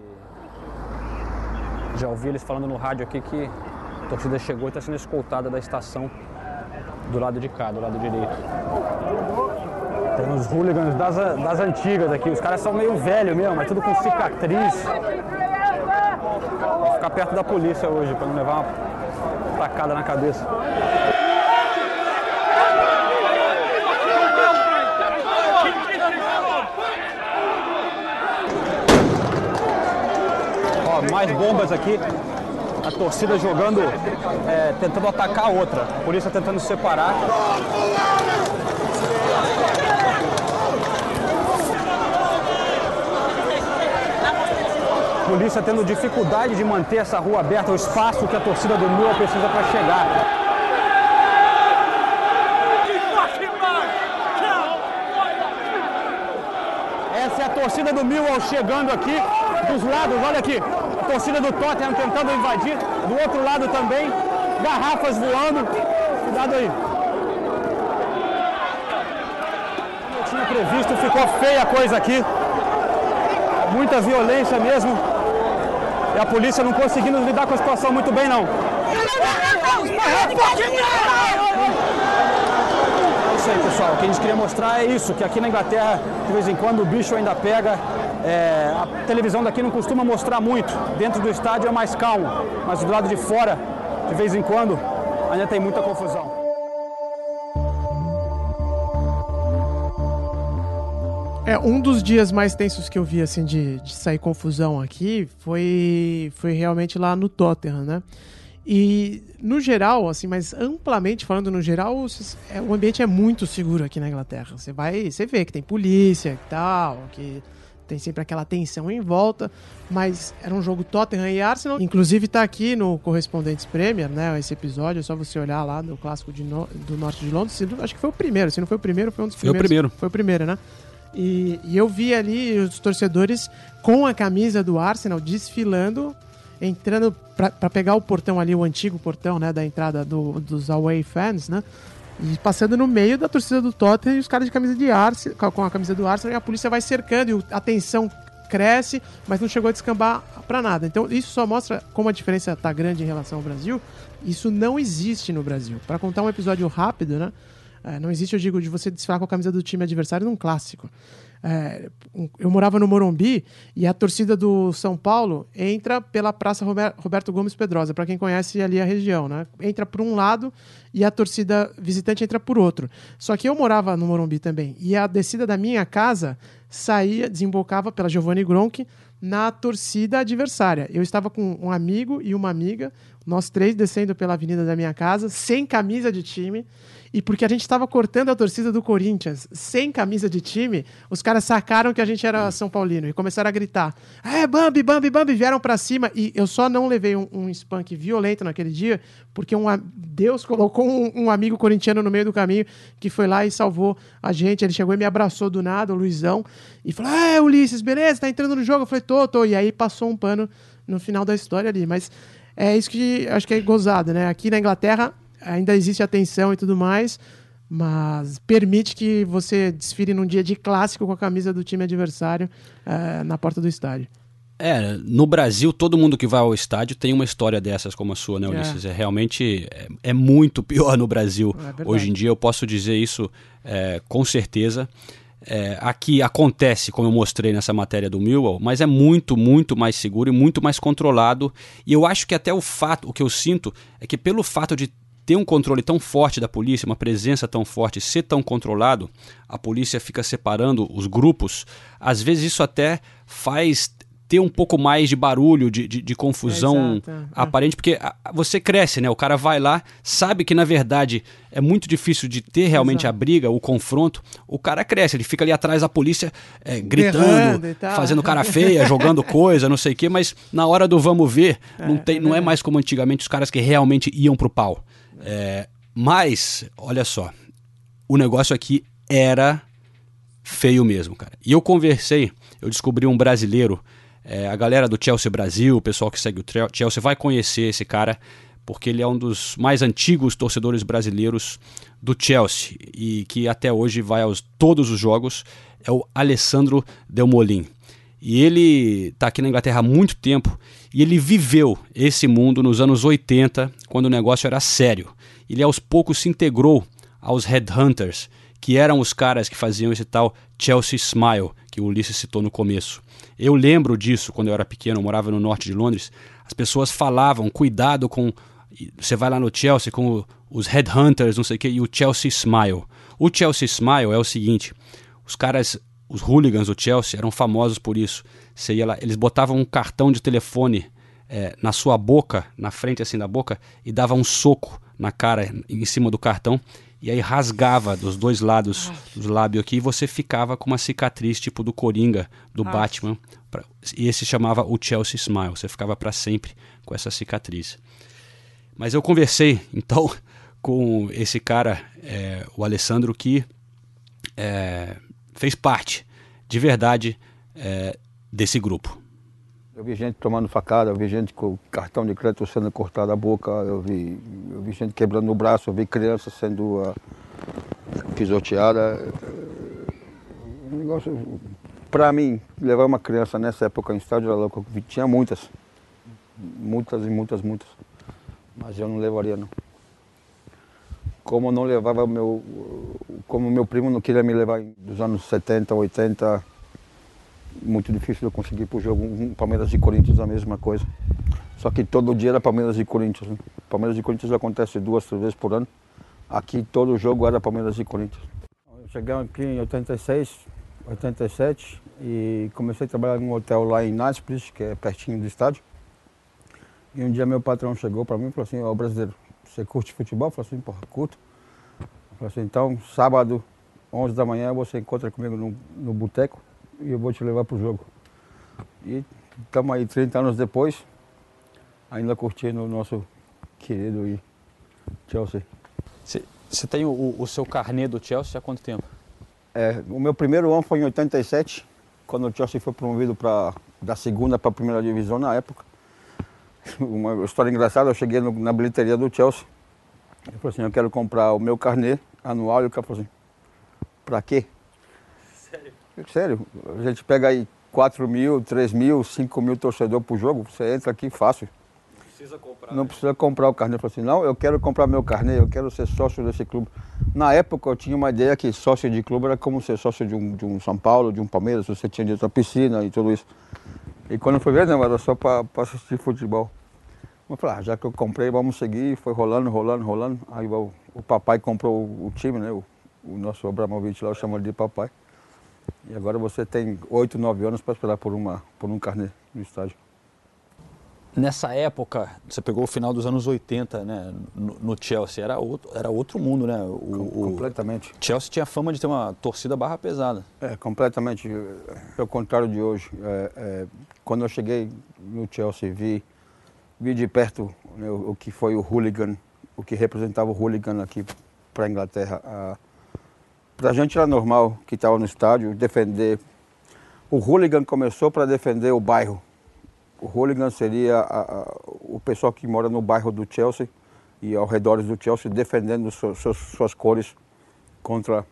Já ouvi eles falando no rádio aqui que a torcida chegou e está sendo escoltada da estação do lado de cá, do lado direito. Tem uns hooligans das antigas aqui, os caras são meio velhos mesmo, mas tudo com cicatriz. Vou ficar perto da polícia hoje para não levar uma tacada na cabeça. Ó, mais bombas aqui. A torcida jogando, tentando atacar a outra. A polícia tentando se separar. A polícia tendo dificuldade de manter essa rua aberta, o espaço que a torcida do Millwall precisa para chegar. Essa é a torcida do Millwall chegando aqui dos lados, olha aqui. A torcida do Tottenham tentando invadir, do outro lado também, garrafas voando, cuidado aí. Como eu tinha previsto, ficou feia a coisa aqui, muita violência mesmo, e a polícia não conseguindo lidar com a situação muito bem não. É isso aí, pessoal, o que a gente queria mostrar é isso, que aqui na Inglaterra, de vez em quando, o bicho ainda pega. A televisão daqui não costuma mostrar muito, dentro do estádio é mais calmo, mas do lado de fora, de vez em quando, ainda tem muita confusão. Um dos dias mais tensos que eu vi, assim, de sair confusão aqui, foi realmente lá no Tottenham, né? E, no geral, assim, mas amplamente falando no geral, o ambiente é muito seguro aqui na Inglaterra. Você vê que tem polícia e tal, que tem sempre aquela tensão em volta, mas era um jogo Tottenham e Arsenal. Inclusive tá aqui no Correspondentes Premier, né, esse episódio, é só você olhar lá do clássico do norte de Londres. Acho que foi o primeiro, se não foi o primeiro, foi um dos primeiros. Foi o primeiro, né? E eu vi ali os torcedores com a camisa do Arsenal desfilando, entrando para pegar o portão ali, o antigo portão, né, da entrada dos away fans, né? E passando no meio da torcida do Tottenham e os caras de camisa de Arsenal, com a camisa do Arsenal, e a polícia vai cercando e a tensão cresce, mas não chegou a descambar para nada. Então isso só mostra como a diferença tá grande em relação ao Brasil. Isso não existe no Brasil. Para contar um episódio rápido, né? Não existe, eu digo, de você desfilar com a camisa do time adversário num clássico. Eu morava no Morumbi e a torcida do São Paulo entra pela Praça Roberto Gomes Pedrosa, para quem conhece ali a região, né? Entra por um lado e a torcida visitante entra por outro. Só que eu morava no Morumbi também, e a descida da minha casa desembocava pela Giovanni Gronchi na torcida adversária. Eu estava com um amigo e uma amiga, nós três descendo pela avenida da minha casa, sem camisa de time, e porque a gente estava cortando a torcida do Corinthians sem camisa de time, os caras sacaram que a gente era São Paulino e começaram a gritar: Bambi, Bambi, Bambi, vieram pra cima. E eu só não levei um spunk violento naquele dia, porque Deus colocou um amigo corintiano no meio do caminho que foi lá e salvou a gente. Ele chegou e me abraçou do nada, o Luizão, e falou: Ulisses, beleza, tá entrando no jogo? Eu falei: tô. E aí passou um pano no final da história ali. Mas é isso que acho que é gozado, né? Aqui na Inglaterra ainda existe atenção e tudo mais, mas permite que você desfile num dia de clássico com a camisa do time adversário na porta do estádio. No Brasil, todo mundo que vai ao estádio tem uma história dessas como a sua, né, Ulisses? Realmente muito pior no Brasil. Hoje em dia eu posso dizer isso com certeza. Aqui acontece, como eu mostrei nessa matéria do Millwall, mas é muito, muito mais seguro e muito mais controlado. E eu acho que até o que eu sinto é que pelo fato de ter um controle tão forte da polícia, uma presença tão forte, ser tão controlado, a polícia fica separando os grupos, às vezes isso até faz ter um pouco mais de barulho, de confusão aparente, porque você cresce, né? O cara vai lá, sabe que na verdade é muito difícil de ter realmente a briga, o confronto, o cara cresce, ele fica ali atrás da polícia gritando, fazendo cara feia, jogando coisa, não sei o quê, mas na hora do vamos ver, não é mais como antigamente os caras que realmente iam pro pau. Mas, olha só, o negócio aqui era feio mesmo, cara. E eu descobri um brasileiro, a galera do Chelsea Brasil, o pessoal que segue o Chelsea vai conhecer esse cara, porque ele é um dos mais antigos torcedores brasileiros do Chelsea e que até hoje vai todos os jogos, é o Alessandro Del Molin. E ele está aqui na Inglaterra há muito tempo e ele viveu esse mundo nos anos 80, quando o negócio era sério. Ele aos poucos se integrou aos Headhunters, que eram os caras que faziam esse tal Chelsea Smile, que o Ulisses citou no começo. Eu lembro disso quando eu era pequeno, eu morava no norte de Londres. As pessoas falavam, cuidado com... Você vai lá no Chelsea com os Headhunters, não sei o quê, e o Chelsea Smile. O Chelsea Smile é o seguinte, os caras... Os hooligans do Chelsea eram famosos por isso. Você ia lá, eles botavam um cartão de telefone na sua boca, na frente assim da boca, e dava um soco na cara em cima do cartão, e aí rasgava dos dois lados do lábio aqui, e você ficava com uma cicatriz tipo do Coringa, do Batman. E esse chamava o Chelsea Smile. Você ficava para sempre com essa cicatriz. Mas eu conversei, então, com esse cara, o Alessandro, que... fez parte, de verdade, desse grupo. Eu vi gente tomando facada, eu vi gente com cartão de crédito sendo cortada a boca, eu vi gente quebrando o braço, eu vi criança sendo pisoteada. Um negócio, para mim, levar uma criança nessa época em estádio era louco. Tinha muitas, mas eu não levaria não. Como não levava como meu primo não queria me levar dos anos 70, 80, muito difícil eu conseguir ir pro jogo. Palmeiras e Corinthians a mesma coisa. Só que todo dia era Palmeiras e Corinthians. Né? Palmeiras e Corinthians acontece 2, 3 vezes por ano. Aqui todo jogo era Palmeiras e Corinthians. Eu cheguei aqui em 86, 87 e comecei a trabalhar num hotel lá em Knightsbridge, que é pertinho do estádio. E um dia meu patrão chegou para mim e falou assim: ó, brasileiro, você curte futebol? Eu falei assim: porra, curto. Eu falei assim: então, sábado, 11 da manhã, você encontra comigo no boteco e eu vou te levar pro jogo. E estamos aí 30 anos depois, ainda curtindo o nosso querido Chelsea. Você tem o seu carnê do Chelsea há quanto tempo? O meu primeiro ano foi em 87, quando o Chelsea foi promovido da segunda para a primeira divisão na época. Uma história engraçada, eu cheguei na bilheteria do Chelsea. Eu falei assim: eu quero comprar o meu carnê anual. E o cara falou assim: pra quê? Sério? A gente pega aí 4 mil, 3 mil, 5 mil torcedores por jogo, você entra aqui fácil. Não precisa comprar o carnê. Eu falei assim, não, eu quero comprar meu carnê, eu quero ser sócio desse clube. Na época eu tinha uma ideia que sócio de clube era como ser sócio de um São Paulo, de um Palmeiras, você tinha direito à piscina e tudo isso. E quando eu fui ver, não, era só para assistir futebol. Eu falei, já que eu comprei, vamos seguir. Foi rolando. Aí o papai comprou o time, né? O nosso Abramovich lá, eu chamo ele de papai. E agora você tem 8, 9 anos para esperar por um carnê no estádio. Nessa época, você pegou o final dos anos 80, né, no Chelsea, era outro mundo, né? Completamente. Chelsea tinha fama de ter uma torcida barra pesada. Completamente. Pelo contrário de hoje. Quando eu cheguei no Chelsea, vi de perto, né, o que foi o hooligan, o que representava o hooligan aqui para a Inglaterra. Para a gente era normal que estava no estádio defender. O hooligan começou para defender o bairro. O hooligan seria o pessoal que mora no bairro do Chelsea e ao redor do Chelsea defendendo suas cores contra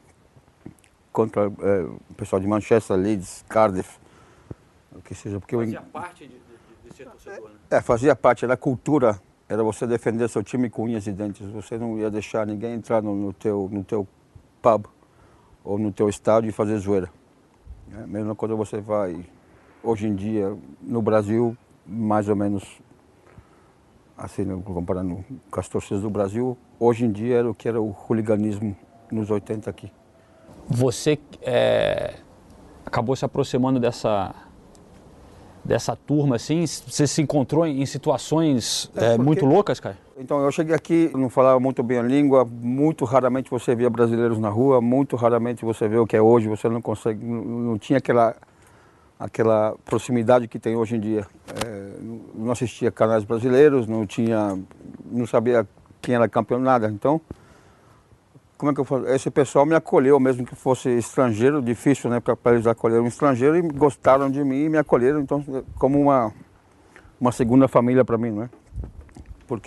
o pessoal de Manchester, Leeds, Cardiff, o que seja. Porque fazia parte de ser torcedor, né? Fazia parte, era cultura, era você defender seu time com unhas e dentes. Você não ia deixar ninguém entrar no teu pub ou no teu estádio e fazer zoeira. Mesmo quando você vai... Hoje em dia, no Brasil, mais ou menos, assim, comparando com as torcidas do Brasil, hoje em dia era o que era o hooliganismo nos 80 aqui. Você acabou se aproximando dessa turma, assim? Você se encontrou em situações muito loucas, cara? Então, eu cheguei aqui, não falava muito bem a língua, muito raramente você via brasileiros na rua, muito raramente você vê o que é hoje, você não consegue, não tinha aquela proximidade que tem hoje em dia. Não assistia canais brasileiros, não sabia quem era campeão, nada. Então, como é que eu falo? Esse pessoal me acolheu, mesmo que fosse estrangeiro, difícil, né, para eles acolherem um estrangeiro, e gostaram de mim e me acolheram, então, como uma segunda família para mim, não é? Porque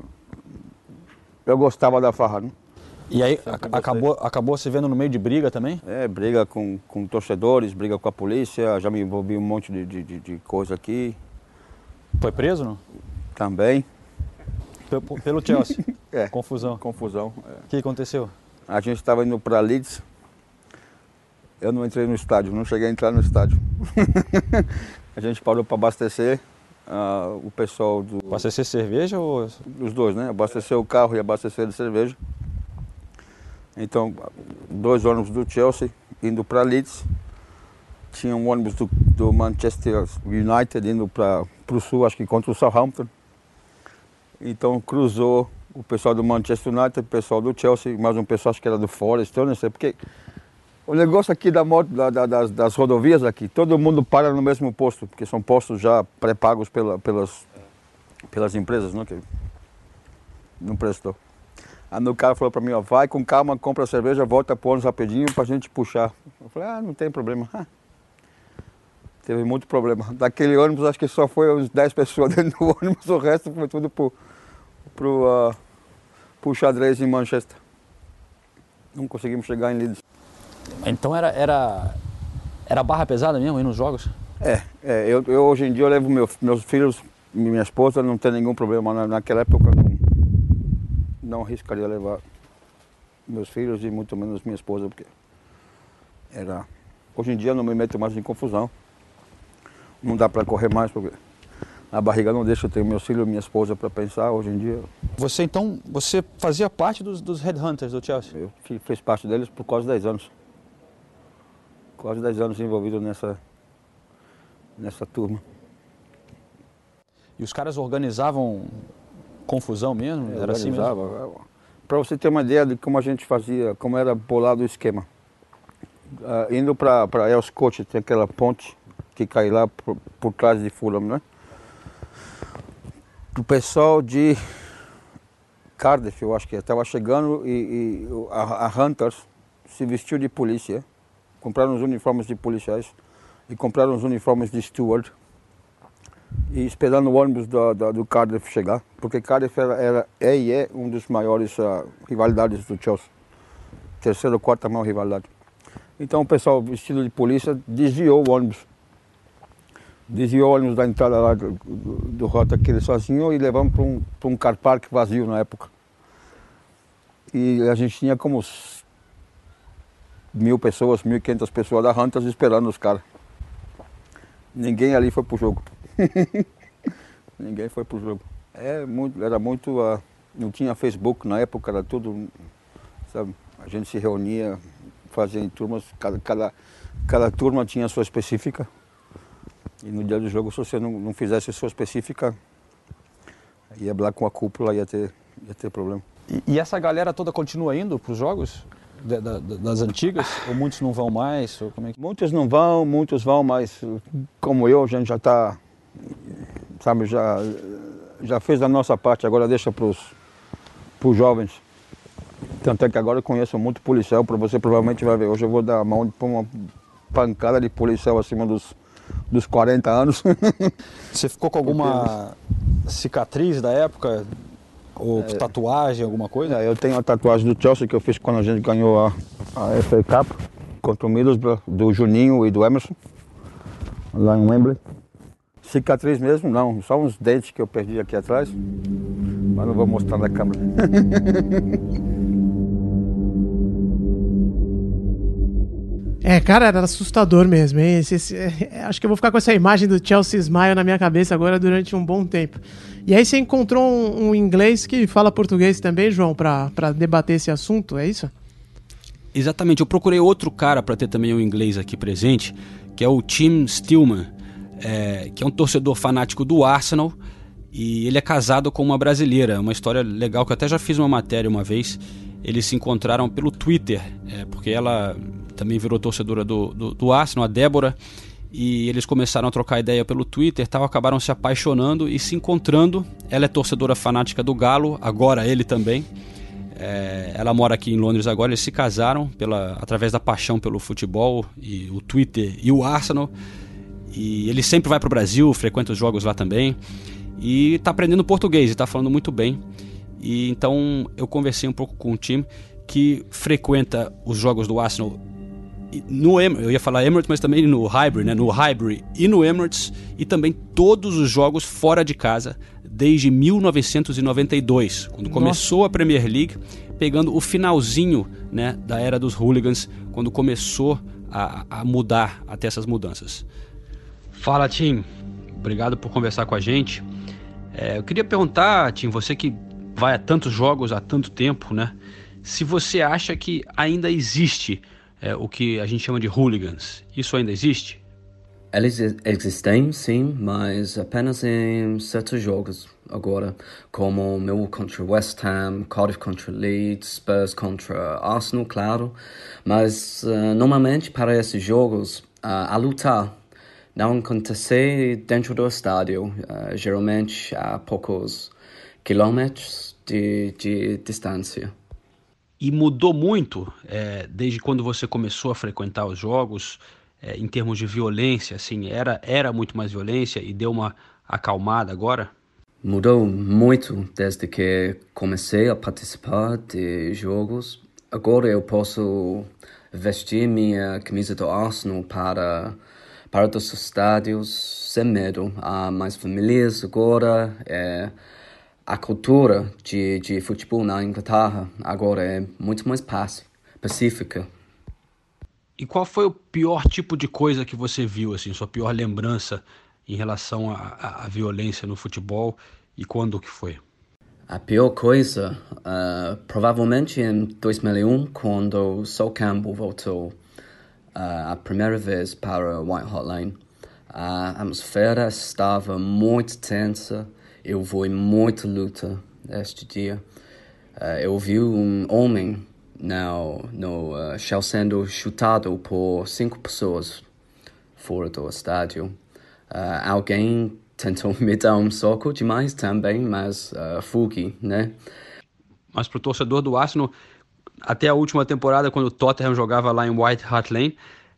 eu gostava da farra, né? E aí acabou se vendo no meio de briga também? Briga com torcedores, briga com a polícia, já me envolvi um monte de coisa aqui. Foi preso, não? Também. Pelo Chelsea? Confusão. Confusão. O que aconteceu? A gente estava indo para Leeds, eu não entrei no estádio, não cheguei a entrar no estádio. A gente parou para abastecer, o pessoal do... Abastecer cerveja ou...? Os dois, né? Abastecer o carro e abastecer de cerveja. Então, 2 ônibus do Chelsea indo para Leeds, tinha um ônibus do Manchester United indo para o sul, acho que contra o Southampton. Então cruzou o pessoal do Manchester United, o pessoal do Chelsea, mais um pessoal acho que era do Forest, eu não sei, porque o negócio aqui das rodovias aqui, todo mundo para no mesmo posto, porque são postos já pré-pagos pelas empresas, não, que não prestou. Aí o cara falou para mim, vai com calma, compra a cerveja, volta pro ônibus rapidinho pra gente puxar. Eu falei, não tem problema. Teve muito problema. Daquele ônibus acho que só foi uns 10 pessoas dentro do ônibus, o resto foi tudo pro xadrez em Manchester. Não conseguimos chegar em Leeds. Então era barra pesada mesmo aí nos jogos? Eu hoje em dia eu levo meus filhos, minha esposa, não tem nenhum problema. Naquela época eu não arriscaria levar meus filhos e muito menos minha esposa, porque hoje em dia eu não me meto mais em confusão. Não dá para correr mais, porque a barriga não deixa eu ter meus filhos e minha esposa para pensar hoje em dia. Você fazia parte dos Headhunters do Chelsea? Eu fiz parte deles por quase 10 anos. Quase 10 anos envolvido nessa turma. E os caras organizavam confusão mesmo? Era assim mesmo? Para você ter uma ideia de como a gente fazia, como era bolado o esquema. Indo para Els Coach, tem aquela ponte que cai lá por trás de Fulham, né? O pessoal de Cardiff, eu acho que estava chegando e a Hunters se vestiu de polícia, compraram os uniformes de policiais e compraram os uniformes de steward e esperando o ônibus do Cardiff chegar, porque Cardiff é um dos maiores rivalidades do Chelsea, terceira ou quarta maior rivalidade. Então o pessoal vestido de polícia desviou o ônibus. desviou-nos da entrada lá do Rota aquele sozinho e levamos para um car park vazio na época. E a gente tinha como 1.000 pessoas, 1.500 pessoas da Hunters esperando os caras. Ninguém ali foi pro jogo. Ninguém foi pro jogo. Era muito, não tinha Facebook na época, era tudo, sabe? A gente se reunia, fazia em turmas, cada turma tinha a sua específica. E no dia do jogo, se você não fizesse a sua específica, ia lá com a cúpula, ia ter problema. E essa galera toda continua indo para os jogos das antigas? Ou muitos não vão mais? Ou como é que... Muitos não vão, muitos vão, mas como eu, a gente já está, sabe, já fez a nossa parte, agora deixa para os jovens. Tanto é que agora eu conheço muito policial, você provavelmente vai ver. Hoje eu vou dar a mão para uma pancada de policial acima dos 40 anos. Você ficou com alguma cicatriz da época? Ou tatuagem, alguma coisa? Eu tenho a tatuagem do Chelsea que eu fiz quando a gente ganhou a FA Cup contra o Middlesbrough, do Juninho e do Emerson, lá em Wembley. Cicatriz mesmo, não, só uns dentes que eu perdi aqui atrás, mas não vou mostrar na câmera. Cara, era assustador mesmo, hein? Acho que eu vou ficar com essa imagem do Chelsea Smile na minha cabeça agora durante um bom tempo. E aí você encontrou um inglês que fala português também, João, para debater esse assunto, é isso? Exatamente, eu procurei outro cara para ter também um inglês aqui presente, que é o Tim Stillman, que é um torcedor fanático do Arsenal, e ele é casado com uma brasileira, uma história legal que eu até já fiz uma matéria uma vez. Eles se encontraram pelo Twitter, porque ela também virou torcedora do Arsenal, a Débora, e eles começaram a trocar ideia pelo Twitter, acabaram se apaixonando e se encontrando. Ela é torcedora fanática do Galo, agora ele também. Ela mora aqui em Londres agora, eles se casaram através da paixão pelo futebol, e o Twitter e o Arsenal. E ele sempre vai para o Brasil, frequenta os jogos lá também, e está aprendendo português e está falando muito bem. E então eu conversei um pouco com o Tim, que frequenta os jogos do Arsenal eu ia falar Emirates, mas também no Highbury, né? No Highbury e no Emirates, e também todos os jogos fora de casa desde 1992, quando começou a Premier League, pegando o finalzinho, né, da era dos hooligans, quando começou a mudar, até essas mudanças. Fala, Tim, obrigado por conversar com a gente. Eu queria perguntar, Tim, você que vai a tantos jogos há tanto tempo, né, se você acha que ainda existe o que a gente chama de hooligans. Isso ainda existe? Eles existem, sim, mas apenas em certos jogos agora, como Millwall contra West Ham, Cardiff contra Leeds, Spurs contra Arsenal, claro. Mas normalmente para esses jogos, a luta não acontece dentro do estádio, geralmente a poucos quilômetros de distância. E mudou muito desde quando você começou a frequentar os jogos, em termos de violência, assim, era muito mais violência e deu uma acalmada agora? Mudou muito desde que comecei a participar de jogos. Agora eu posso vestir minha camisa do Arsenal para os estádios sem medo. Há mais famílias agora. A cultura de futebol na Inglaterra agora é muito mais pacífica. E qual foi o pior tipo de coisa que você viu, assim, sua pior lembrança em relação à violência no futebol, e quando que foi? A pior coisa, provavelmente em 2001, quando Sol Campbell voltou a primeira vez para White Hart Lane. A atmosfera estava muito tensa. Eu vi muita luta este dia. Eu vi um homem no chão sendo chutado por 5 pessoas fora do estádio. Alguém tentou me dar um soco demais também, mas fugi, né? Mas pro torcedor do Arsenal, até a última temporada, quando o Tottenham jogava lá em White Hart Lane,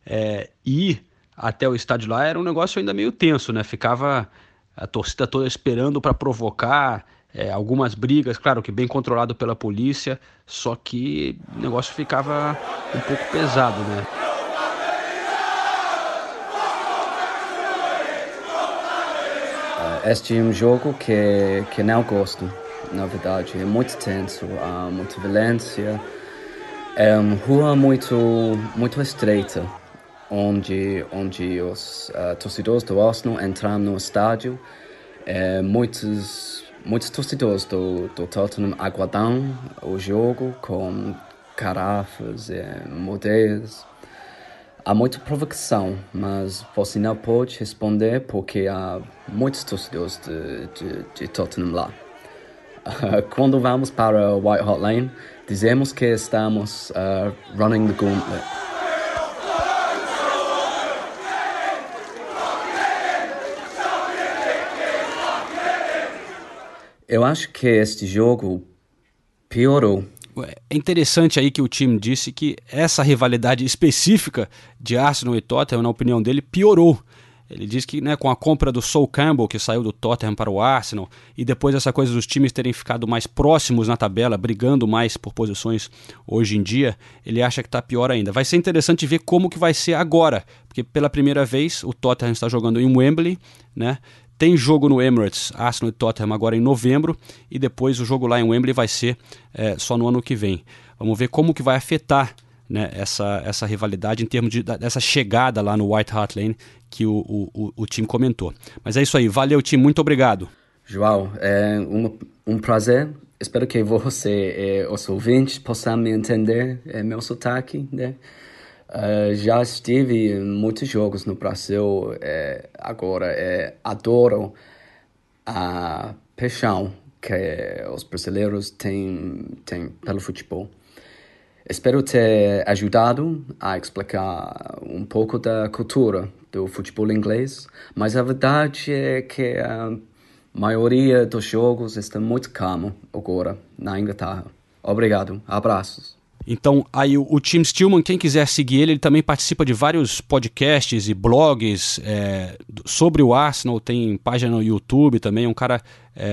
ir até o estádio lá era um negócio ainda meio tenso, né? Ficava a torcida toda esperando para provocar algumas brigas, claro que bem controlado pela polícia, só que o negócio ficava um pouco pesado, né? Este é um jogo que não gosto, na verdade. É muito tenso, há muita violência. É uma rua muito estreita, onde os torcedores do Arsenal entram no estádio. Muitos torcedores do Tottenham aguardam o jogo com garrafas e mudeiras. Há muita provocação, mas você não pode responder porque há muitos torcedores de Tottenham lá. Quando vamos para White Hart Lane, dizemos que estamos running the gauntlet. Eu acho que este jogo piorou. É interessante aí que o time disse que essa rivalidade específica de Arsenal e Tottenham, na opinião dele, piorou. Ele diz que, né, com a compra do Sol Campbell, que saiu do Tottenham para o Arsenal, e depois essa coisa dos times terem ficado mais próximos na tabela, brigando mais por posições hoje em dia, ele acha que está pior ainda. Vai ser interessante ver como que vai ser agora, porque pela primeira vez o Tottenham está jogando em Wembley, né? Tem jogo no Emirates, Arsenal e Tottenham agora em novembro, e depois o jogo lá em Wembley vai ser só no ano que vem. Vamos ver como que vai afetar, né, essa rivalidade em termos dessa chegada lá no White Hart Lane que o time comentou. Mas é isso aí, valeu time, muito obrigado. João, é um prazer. Espero que você e os ouvintes possam me entender, meu sotaque, né? Já estive em muitos jogos no Brasil, agora adoro a paixão que os brasileiros têm pelo futebol. Espero ter ajudado a explicar um pouco da cultura do futebol inglês, mas a verdade é que a maioria dos jogos está muito calmo agora na Inglaterra. Obrigado, abraços. Então, aí o Tim Stillman, quem quiser seguir ele também participa de vários podcasts e blogs sobre o Arsenal, tem página no YouTube também, é um cara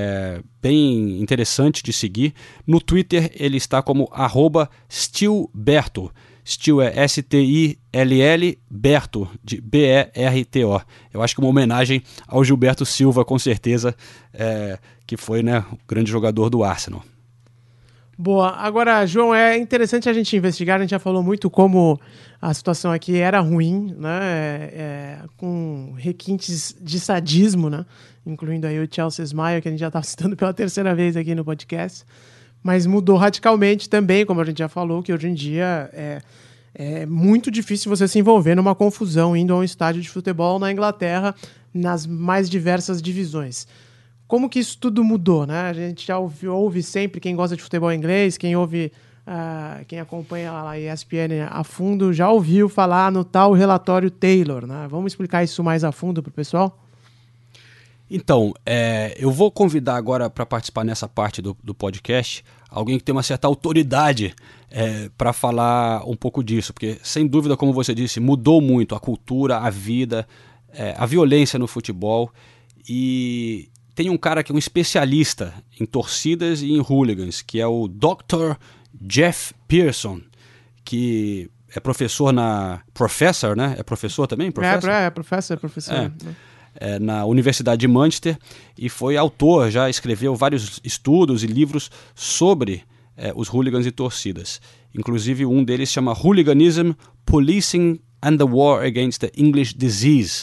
bem interessante de seguir. No Twitter ele está como @StillBerto. Still é S-T-I-L-L, Berto, de B-E-R-T-O. Eu acho que uma homenagem ao Gilberto Silva, com certeza, que foi, né, o grande jogador do Arsenal. Boa. Agora, João, é interessante a gente investigar, a gente já falou muito como a situação aqui era ruim, né, com requintes de sadismo, né, incluindo aí o Chelsea Smile, que a gente já está citando pela terceira vez aqui no podcast, mas mudou radicalmente também, como a gente já falou, que hoje em dia é muito difícil você se envolver numa confusão indo a um estádio de futebol na Inglaterra, nas mais diversas divisões. Como que isso tudo mudou, né? A gente já ouve sempre, quem gosta de futebol inglês, quem acompanha lá a ESPN a fundo, já ouviu falar no tal relatório Taylor, né? Vamos explicar isso mais a fundo para o pessoal? Então, eu vou convidar agora para participar nessa parte do podcast alguém que tem uma certa autoridade para falar um pouco disso, porque, sem dúvida, como você disse, mudou muito a cultura, a vida, a violência no futebol, e tem um cara que é um especialista em torcidas e em hooligans, que é o Dr. Jeff Pearson, que é professor Professor, né? É professor também? Professor. Na Universidade de Manchester, e foi autor, já escreveu vários estudos e livros sobre os hooligans e torcidas. Inclusive um deles chama Hooliganism, Policing and the War Against the English Disease.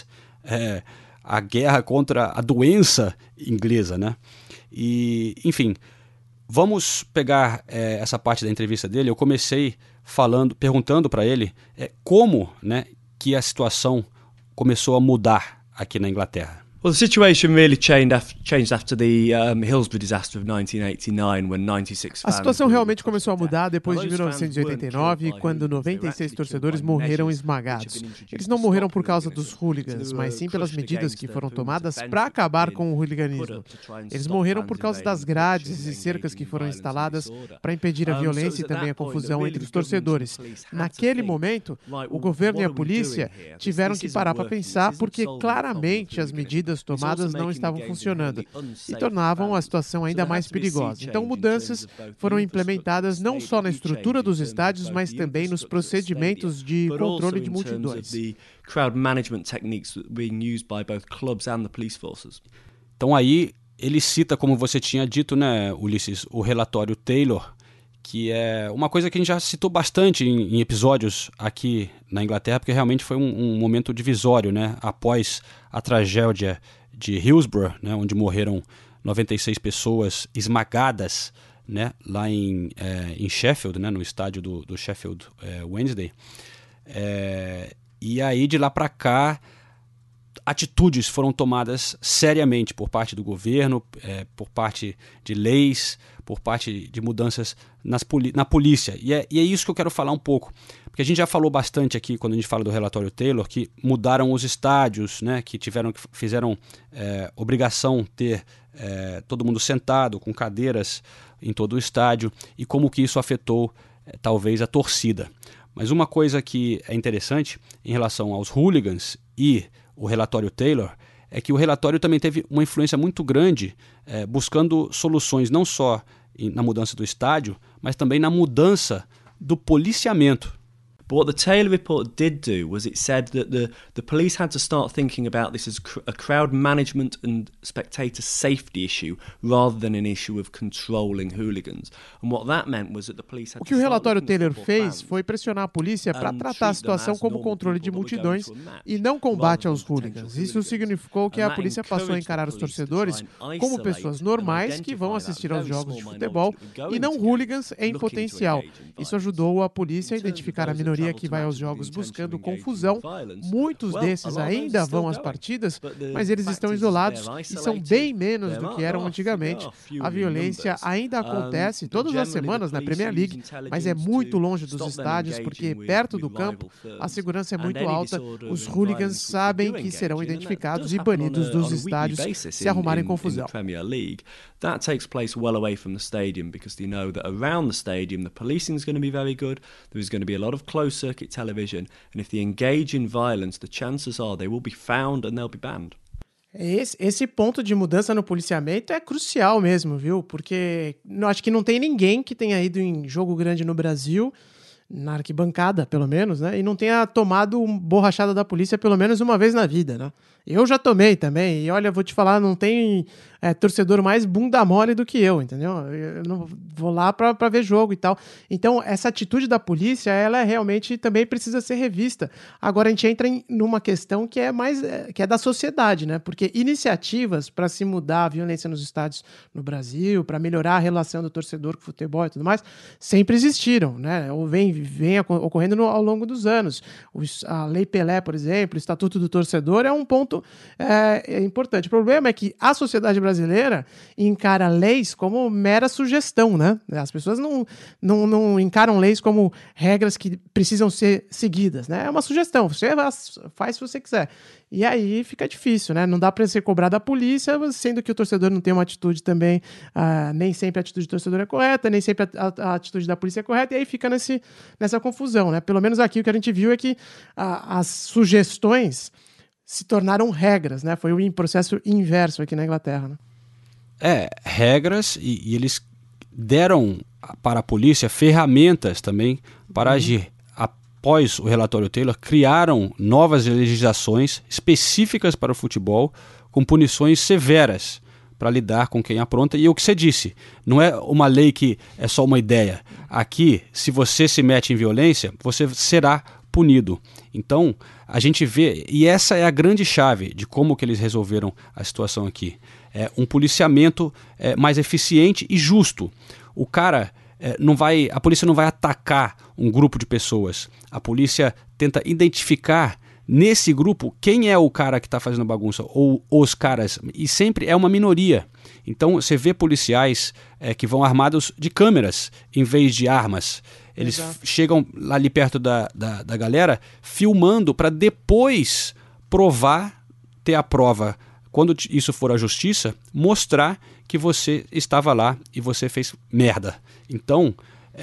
A guerra contra a doença inglesa, né? E, enfim, vamos pegar essa parte da entrevista dele. Eu comecei perguntando para ele como, né, que a situação começou a mudar aqui na Inglaterra. Well, the situation really changed after the Hillsborough disaster of 1989, when 96 A situação realmente começou a mudar depois de 1989, quando 96 torcedores morreram esmagados. Eles não morreram por causa dos hooligans, mas sim pelas medidas que foram tomadas para acabar com o hooliganismo. Eles morreram por causa das grades e cercas que foram instaladas para impedir a violência e também a confusão entre os torcedores. Naquele momento, o governo e a polícia tiveram que parar para pensar, porque claramente as medidas tomadas não estavam funcionando e tornavam a situação ainda mais perigosa. Então, mudanças foram implementadas não só na estrutura dos estádios, mas também nos procedimentos de controle de multidões. Então aí ele cita, como você tinha dito, né, Ulisses, o relatório Taylor, que é uma coisa que a gente já citou bastante em episódios aqui na Inglaterra, porque realmente foi um momento divisório, né, após a tragédia de Hillsborough, né, onde morreram 96 pessoas esmagadas, né, lá em Sheffield, né, no estádio do Sheffield Wednesday. E aí, de lá para cá, atitudes foram tomadas seriamente por parte do governo, por parte de leis, por parte de mudanças na polícia. E é isso que eu quero falar um pouco. Porque a gente já falou bastante aqui, quando a gente fala do relatório Taylor, que mudaram os estádios, né, que fizeram obrigação ter todo mundo sentado, com cadeiras em todo o estádio, e como que isso afetou, talvez, a torcida. Mas uma coisa que é interessante em relação aos hooligans e o relatório Taylor é que o relatório também teve uma influência muito grande buscando soluções não só na mudança do estádio, mas também na mudança do policiamento. But what the Taylor report did do was it said that the police had to start thinking about this as a crowd management and spectator safety issue rather than an issue of controlling hooligans. And what that meant was that the police had O que o relatório Taylor fez foi pressionar a polícia para tratar a situação como controle de multidões e não combate aos hooligans. Isso significou que a polícia passou a encarar os torcedores como pessoas normais que vão assistir aos jogos de futebol e não hooligans em potencial. Isso ajudou a polícia a identificar a minoria que vai aos jogos buscando confusão. Muitos desses ainda vão às partidas, mas eles estão isolados e são bem menos do que eram antigamente. A violência ainda acontece todas as semanas na Premier League, mas é muito longe dos estádios porque perto do campo a segurança é muito alta. Os hooligans sabem que serão identificados e banidos dos estádios se arrumarem confusão. That takes place well away from the stadium because they know that around the stadium the policing is going to be very good. There is going to be a lot of closed circuit television, and if they engage in violence, the chances are they will be found and they'll be banned. Esse ponto de mudança no policiamento é crucial mesmo, viu? Porque acho que não tem ninguém que tenha ido em jogo grande no Brasil, na arquibancada, pelo menos, né? E não tenha tomado borrachada da polícia pelo menos uma vez na vida, né? Eu já tomei também, e olha, vou te falar, não tem torcedor mais bunda mole do que eu, entendeu? Eu não vou lá pra ver jogo e tal. Então, essa atitude da polícia, ela realmente também precisa ser revista. Agora, a gente entra numa questão que é da sociedade, né? Porque iniciativas para se mudar a violência nos estádios no Brasil, para melhorar a relação do torcedor com o futebol e tudo mais, sempre existiram, né? Ou vem ocorrendo ao longo dos anos. A Lei Pelé, por exemplo, o Estatuto do Torcedor é um ponto importante. O problema é que a sociedade brasileira encara leis como mera sugestão, né? As pessoas não encaram leis como regras que precisam ser seguidas, né? É uma sugestão, você faz se você quiser. E aí fica difícil, né? Não dá para ser cobrado da polícia, sendo que o torcedor não tem uma atitude também, nem sempre a atitude do torcedor é correta, nem sempre a atitude da polícia é correta, e aí fica nessa confusão, né? Pelo menos aqui o que a gente viu é que as sugestões se tornaram regras, né? Foi um processo inverso aqui na Inglaterra, né? Regras, e eles deram para a polícia ferramentas também para agir. Após o relatório Taylor, criaram novas legislações específicas para o futebol, com punições severas para lidar com quem apronta. E o que você disse, não é uma lei que é só uma ideia. Aqui, se você se mete em violência, você será punido. Então, a gente vê, e essa é a grande chave de como que eles resolveram a situação aqui. É um policiamento mais eficiente e justo. O cara a polícia não vai atacar um grupo de pessoas. A polícia tenta identificar nesse grupo quem é o cara que está fazendo bagunça, ou os caras, e sempre é uma minoria. Então, você vê policiais que vão armados de câmeras em vez de armas. Eles chegam ali perto da galera filmando para depois ter a prova, quando isso for à justiça, mostrar que você estava lá e você fez merda. Então,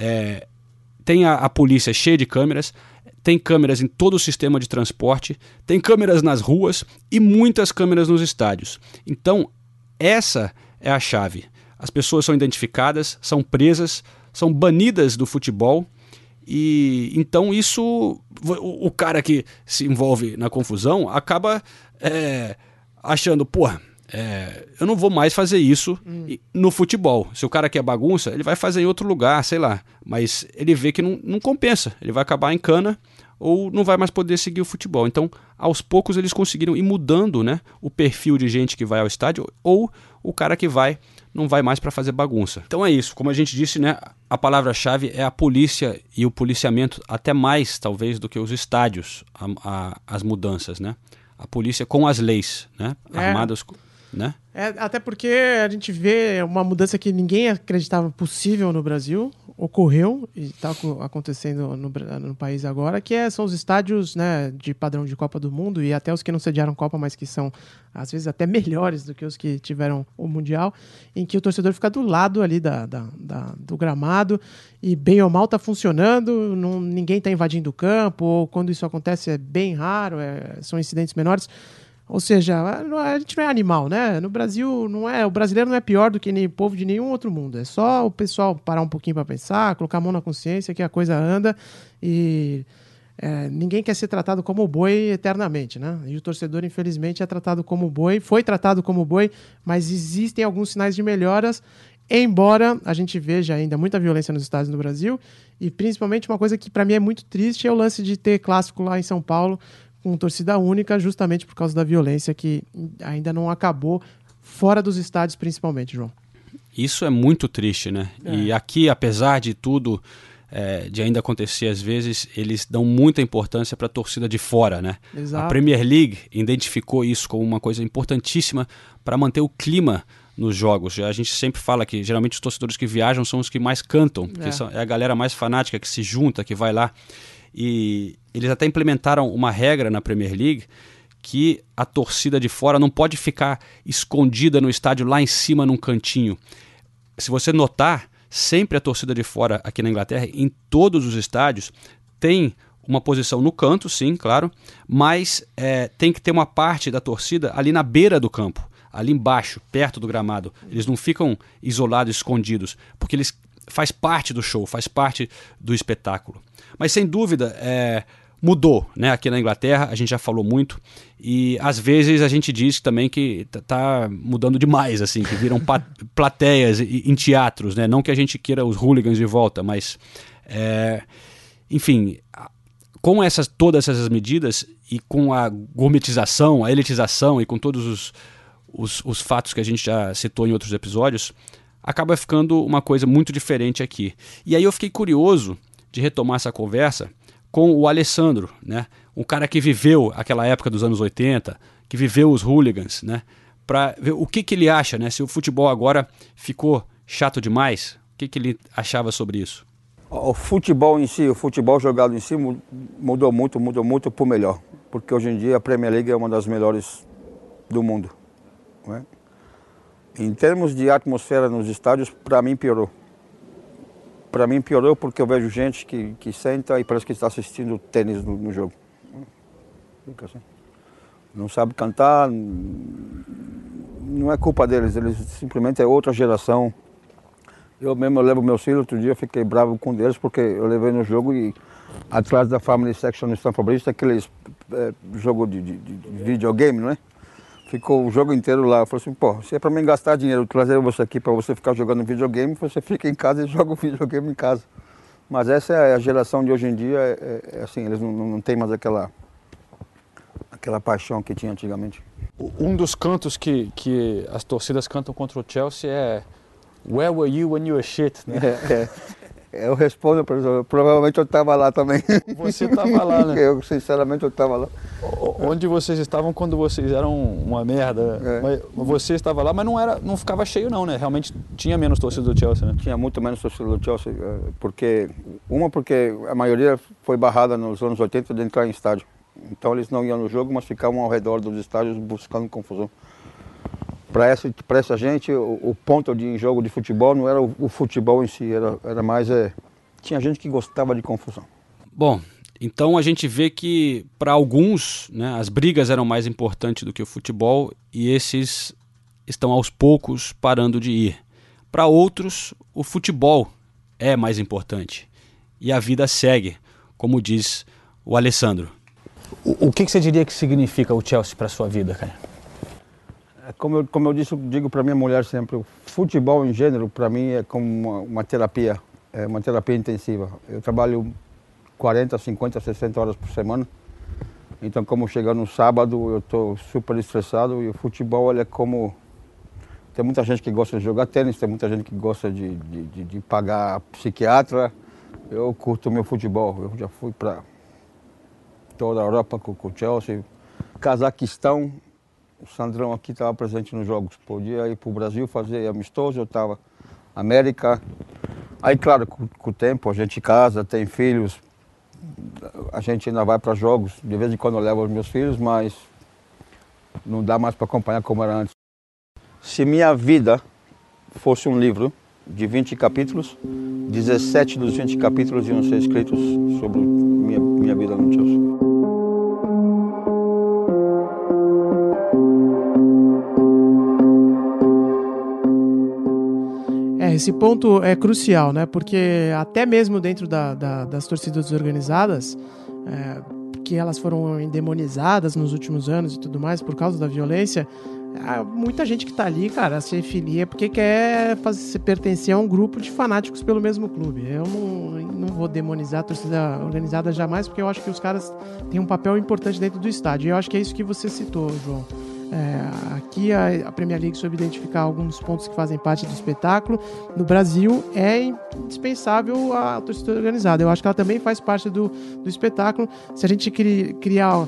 tem a polícia cheia de câmeras, tem câmeras em todo o sistema de transporte, tem câmeras nas ruas e muitas câmeras nos estádios. Então, essa é a chave. As pessoas são identificadas, são presas, são banidas do futebol, e então isso, o cara que se envolve na confusão acaba achando, eu não vou mais fazer isso no futebol. Se o cara quer bagunça, ele vai fazer em outro lugar, sei lá. Mas ele vê que não compensa. Ele vai acabar em cana ou não vai mais poder seguir o futebol. Então, aos poucos, eles conseguiram ir mudando, né, o perfil de gente que vai ao estádio ou o cara que não vai mais para fazer bagunça. Então é isso. Como a gente disse, né, a palavra-chave é a polícia e o policiamento, até mais, talvez, do que os estádios, as mudanças, né? A polícia com as leis, né? Armadas, né? Até porque a gente vê uma mudança que ninguém acreditava possível no Brasil, ocorreu e está acontecendo no país agora, que são os estádios, né, de padrão de Copa do Mundo e até os que não sediaram Copa, mas que são, às vezes, até melhores do que os que tiveram o Mundial, em que o torcedor fica do lado ali do gramado e bem ou mal está funcionando, ninguém está invadindo o campo, ou quando isso acontece é bem raro, são incidentes menores. Ou seja, a gente não é animal, né? No Brasil, o brasileiro não é pior do que nem povo de nenhum outro mundo. É só o pessoal parar um pouquinho para pensar, colocar a mão na consciência que a coisa anda e ninguém quer ser tratado como boi eternamente, né? E o torcedor, infelizmente, é tratado como boi, foi tratado como boi, mas existem alguns sinais de melhoras, embora a gente veja ainda muita violência nos estádios no Brasil e principalmente uma coisa que para mim é muito triste é o lance de ter clássico lá em São Paulo com torcida única, justamente por causa da violência que ainda não acabou, fora dos estádios principalmente, João. Isso é muito triste, né? E aqui, apesar de tudo, de ainda acontecer às vezes, eles dão muita importância para a torcida de fora, né? Exato. A Premier League identificou isso como uma coisa importantíssima para manter o clima nos jogos. A gente sempre fala que geralmente os torcedores que viajam são os que mais cantam, porque é a galera mais fanática que se junta, que vai lá. E eles até implementaram uma regra na Premier League que a torcida de fora não pode ficar escondida no estádio lá em cima num cantinho. Se você notar, sempre a torcida de fora aqui na Inglaterra, em todos os estádios, tem uma posição no canto, sim, claro, mas tem que ter uma parte da torcida ali na beira do campo, ali embaixo, perto do gramado. Eles não ficam isolados, escondidos, porque eles faz parte do show, faz parte do espetáculo. Mas sem dúvida, mudou, né? Aqui na Inglaterra, a gente já falou muito, e às vezes a gente diz também que tá mudando demais, assim, que viram plateias em teatros, né? Não que a gente queira os hooligans de volta, mas enfim, com todas essas medidas e com a gourmetização, a elitização e com todos os fatos que a gente já citou em outros episódios, acaba ficando uma coisa muito diferente aqui. E aí eu fiquei curioso de retomar essa conversa com o Alessandro, né? Um cara que viveu aquela época dos anos 80, que viveu os hooligans, né? Para ver o que ele acha, né? Se o futebol agora ficou chato demais, o que ele achava sobre isso? O futebol em si, o futebol jogado em si mudou muito para o melhor. Porque hoje em dia a Premier League é uma das melhores do mundo, né? Em termos de atmosfera nos estádios, para mim piorou. Para mim piorou porque eu vejo gente que senta e parece que está assistindo tênis no jogo. Fica assim. Não sabe cantar, não é culpa deles, eles simplesmente é outra geração. Eu levo meus filhos, outro dia eu fiquei bravo com eles porque eu levei no jogo e atrás da Family Section no Stamford Bridge tem aqueles jogo de videogame, não é? Ficou o jogo inteiro lá. Eu falei assim, pô, se é para mim gastar dinheiro, trazer você aqui para você ficar jogando videogame, você fica em casa e joga o videogame em casa. Mas essa é a geração de hoje em dia, assim, eles não têm mais aquela paixão que tinha antigamente. Um dos cantos que as torcidas cantam contra o Chelsea é Where were you when you were shit? Né? Eu respondo, provavelmente eu estava lá também. Você estava lá, né? Eu, sinceramente, eu estava lá. Onde vocês estavam quando vocês eram uma merda. Mas você estava lá, mas não ficava cheio não, né? Realmente tinha menos torcida do Chelsea, né? Tinha muito menos torcida do Chelsea, porque a maioria foi barrada nos anos 80 de entrar em estádio. Então eles não iam no jogo, mas ficavam ao redor dos estádios buscando confusão. Para essa gente, o ponto de jogo de futebol não era o futebol em si, era mais... tinha gente que gostava de confusão. Bom, então a gente vê que para alguns, né, as brigas eram mais importantes do que o futebol e esses estão aos poucos parando de ir. Para outros, o futebol é mais importante e a vida segue, como diz o Alessandro. O que você diria que significa o Chelsea para a sua vida, cara? Como eu digo para minha mulher sempre, o futebol em gênero para mim é como uma terapia, é uma terapia intensiva. Eu trabalho 40, 50, 60 horas por semana, então como chega no sábado eu estou super estressado e o futebol ele é como... Tem muita gente que gosta de jogar tênis, tem muita gente que gosta de pagar psiquiatra. Eu curto meu futebol, eu já fui para toda a Europa com o Chelsea, Cazaquistão. O Sandrão aqui estava presente nos jogos. Podia ir para o Brasil fazer amistoso, eu estava América. Aí, claro, com o tempo a gente casa, tem filhos, a gente ainda vai para jogos. De vez em quando eu levo os meus filhos, mas não dá mais para acompanhar como era antes. Se minha vida fosse um livro de 20 capítulos, 17 dos 20 capítulos iam ser escritos sobre minha vida no Chelsea. Esse ponto é crucial, né? Porque até mesmo dentro das torcidas organizadas, que elas foram endemonizadas nos últimos anos e tudo mais por causa da violência, muita gente que tá ali, cara, se filia porque quer pertencer a um grupo de fanáticos pelo mesmo clube. Eu não vou demonizar a torcida organizada jamais, porque eu acho que os caras têm um papel importante dentro do estádio. E eu acho que é isso que você citou, João. Aqui a Premier League soube identificar alguns pontos que fazem parte do espetáculo. No Brasil é indispensável a torcida organizada. Eu acho que ela também faz parte do espetáculo. Se a gente criar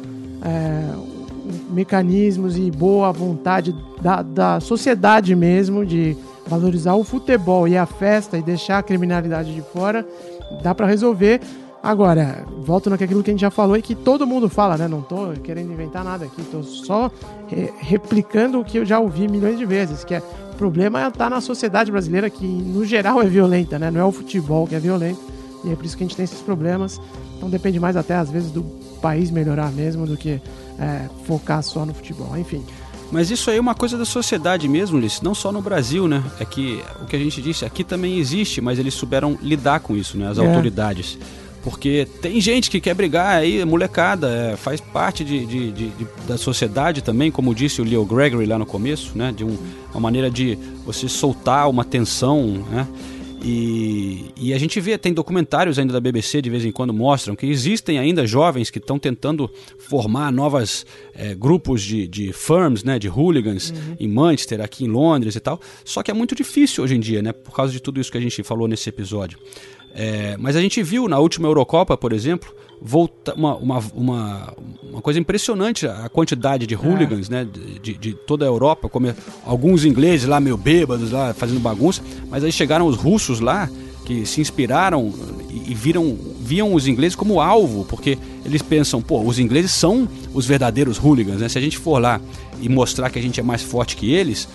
mecanismos e boa vontade da sociedade mesmo de valorizar o futebol e a festa e deixar a criminalidade de fora, dá para resolver. Agora, volto naquilo que a gente já falou e que todo mundo fala, né? Não tô querendo inventar nada aqui, tô só replicando o que eu já ouvi milhões de vezes, que o problema tá na sociedade brasileira, que no geral é violenta, né? Não é o futebol que é violento, e é por isso que a gente tem esses problemas. Então depende mais até, às vezes, do país melhorar mesmo do que focar só no futebol, enfim. Mas isso aí é uma coisa da sociedade mesmo, Ulisses, não só no Brasil, né? É que o que a gente disse, aqui também existe, mas eles souberam lidar com isso, né? As autoridades. Porque tem gente que quer brigar aí, molecada, faz parte da sociedade também, como disse o Leo Gregory lá no começo, né? De uma maneira de você soltar uma tensão, né? E a gente vê, tem documentários ainda da BBC de vez em quando mostram que existem ainda jovens que estão tentando formar novos grupos de firms, né, de hooligans em Manchester, aqui em Londres e tal. Só que é muito difícil hoje em dia, né, por causa de tudo isso que a gente falou nesse episódio. Mas a gente viu na última Eurocopa, por exemplo, uma coisa impressionante, a quantidade de hooligans, né, de toda a Europa, como alguns ingleses lá meio bêbados, lá fazendo bagunça, mas aí chegaram os russos lá, que se inspiraram e viam os ingleses como alvo, porque eles pensam, os ingleses são os verdadeiros hooligans, né? Se a gente for lá e mostrar que a gente é mais forte que eles,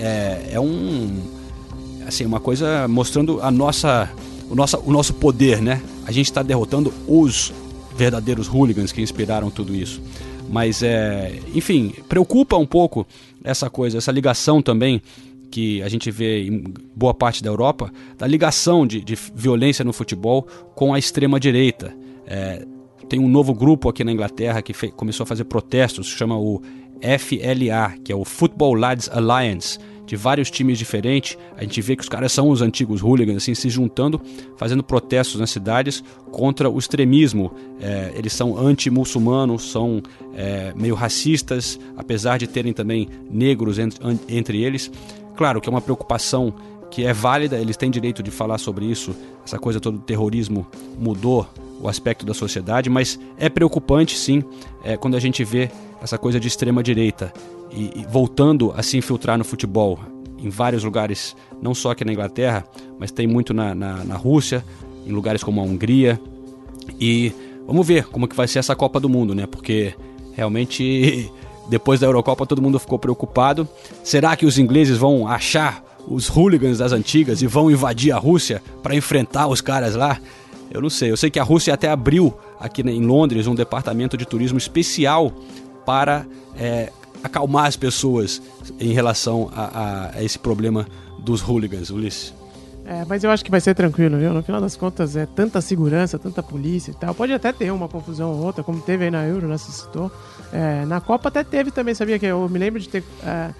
uma coisa mostrando o nosso poder, né? A gente está derrotando os verdadeiros hooligans que inspiraram tudo isso. Mas, enfim, preocupa um pouco essa coisa, essa ligação também que a gente vê em boa parte da Europa, da ligação de violência no futebol com a extrema-direita. Tem um novo grupo aqui na Inglaterra que começou a fazer protestos, chama o FLA, que é o Football Lads Alliance, de vários times diferentes. A gente vê que os caras são os antigos hooligans, assim, se juntando, fazendo protestos nas cidades contra o extremismo. Eles são anti-muçulmanos, são meio racistas, apesar de terem também negros entre eles. Claro que é uma preocupação que é válida, eles têm direito de falar sobre isso. Essa coisa toda do terrorismo mudou o aspecto da sociedade, mas é preocupante, sim, quando a gente vê essa coisa de extrema-direita e voltando a se infiltrar no futebol em vários lugares, não só aqui na Inglaterra, mas tem muito na Rússia, em lugares como a Hungria. E vamos ver como que vai ser essa Copa do Mundo, né? Porque realmente depois da Eurocopa todo mundo ficou preocupado. Será que os ingleses vão achar os hooligans das antigas e vão invadir a Rússia para enfrentar os caras lá? Eu não sei. Eu sei que a Rússia até abriu aqui em Londres um departamento de turismo especial para acalmar as pessoas em relação a esse problema dos hooligans, Ulisses. Mas eu acho que vai ser tranquilo, viu? No final das contas, é tanta segurança, tanta polícia e tal. Pode até ter uma confusão ou outra, como teve aí na Euro, né? Se citou. Na Copa até teve também, sabia? Que eu me lembro de ter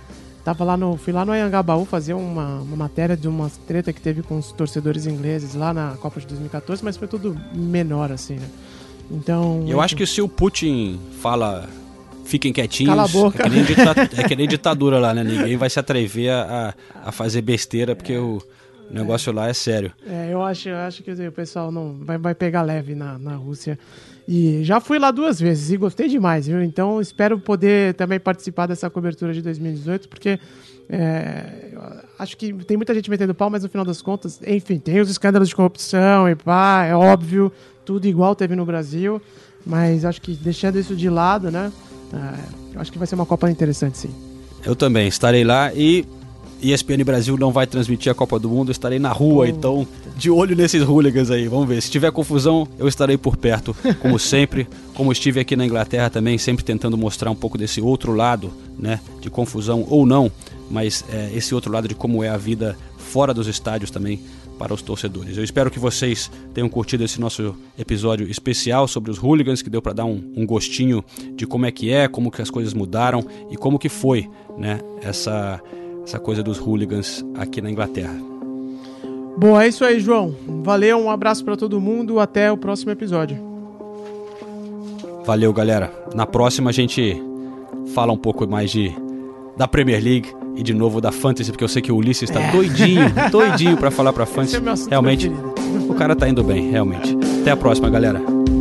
Fui lá no Anhangabaú fazer uma matéria de uma treta que teve com os torcedores ingleses lá na Copa de 2014, mas foi tudo menor, assim, né? Então... Eu acho que se o Putin fala... Fiquem quietinhos. Cala a boca. É que nem ditadura lá, né? Ninguém vai se atrever a fazer besteira, porque o negócio lá é sério. Eu acho que o pessoal não vai pegar leve na Rússia. E já fui lá 2 vezes e gostei demais, viu? Então espero poder também participar dessa cobertura de 2018, porque acho que tem muita gente metendo pau, mas no final das contas, enfim, tem os escândalos de corrupção e pá, é óbvio, tudo igual teve no Brasil, mas acho que deixando isso de lado, né? Acho que vai ser uma Copa interessante, sim. Eu também estarei lá e ESPN Brasil não vai transmitir a Copa do Mundo, eu estarei na rua, então de olho nesses hooligans aí, vamos ver. Se tiver confusão, eu estarei por perto, como sempre, como estive aqui na Inglaterra também, sempre tentando mostrar um pouco desse outro lado, né, de confusão ou não, mas esse outro lado de como é a vida fora dos estádios também para os torcedores. Eu espero que vocês tenham curtido esse nosso episódio especial sobre os hooligans, que deu para dar um gostinho de como é, como que as coisas mudaram e como que foi, né, essa coisa dos hooligans aqui na Inglaterra. Bom, é isso aí, João. Valeu, um abraço para todo mundo, até o próximo episódio. Valeu, galera. Na próxima a gente fala um pouco mais da Premier League e de novo da Fantasy, porque eu sei que o Ulisses está doidinho para falar para Fantasy. Esse é meu assunto realmente, preferido. o cara tá indo bem, realmente. Até a próxima, galera.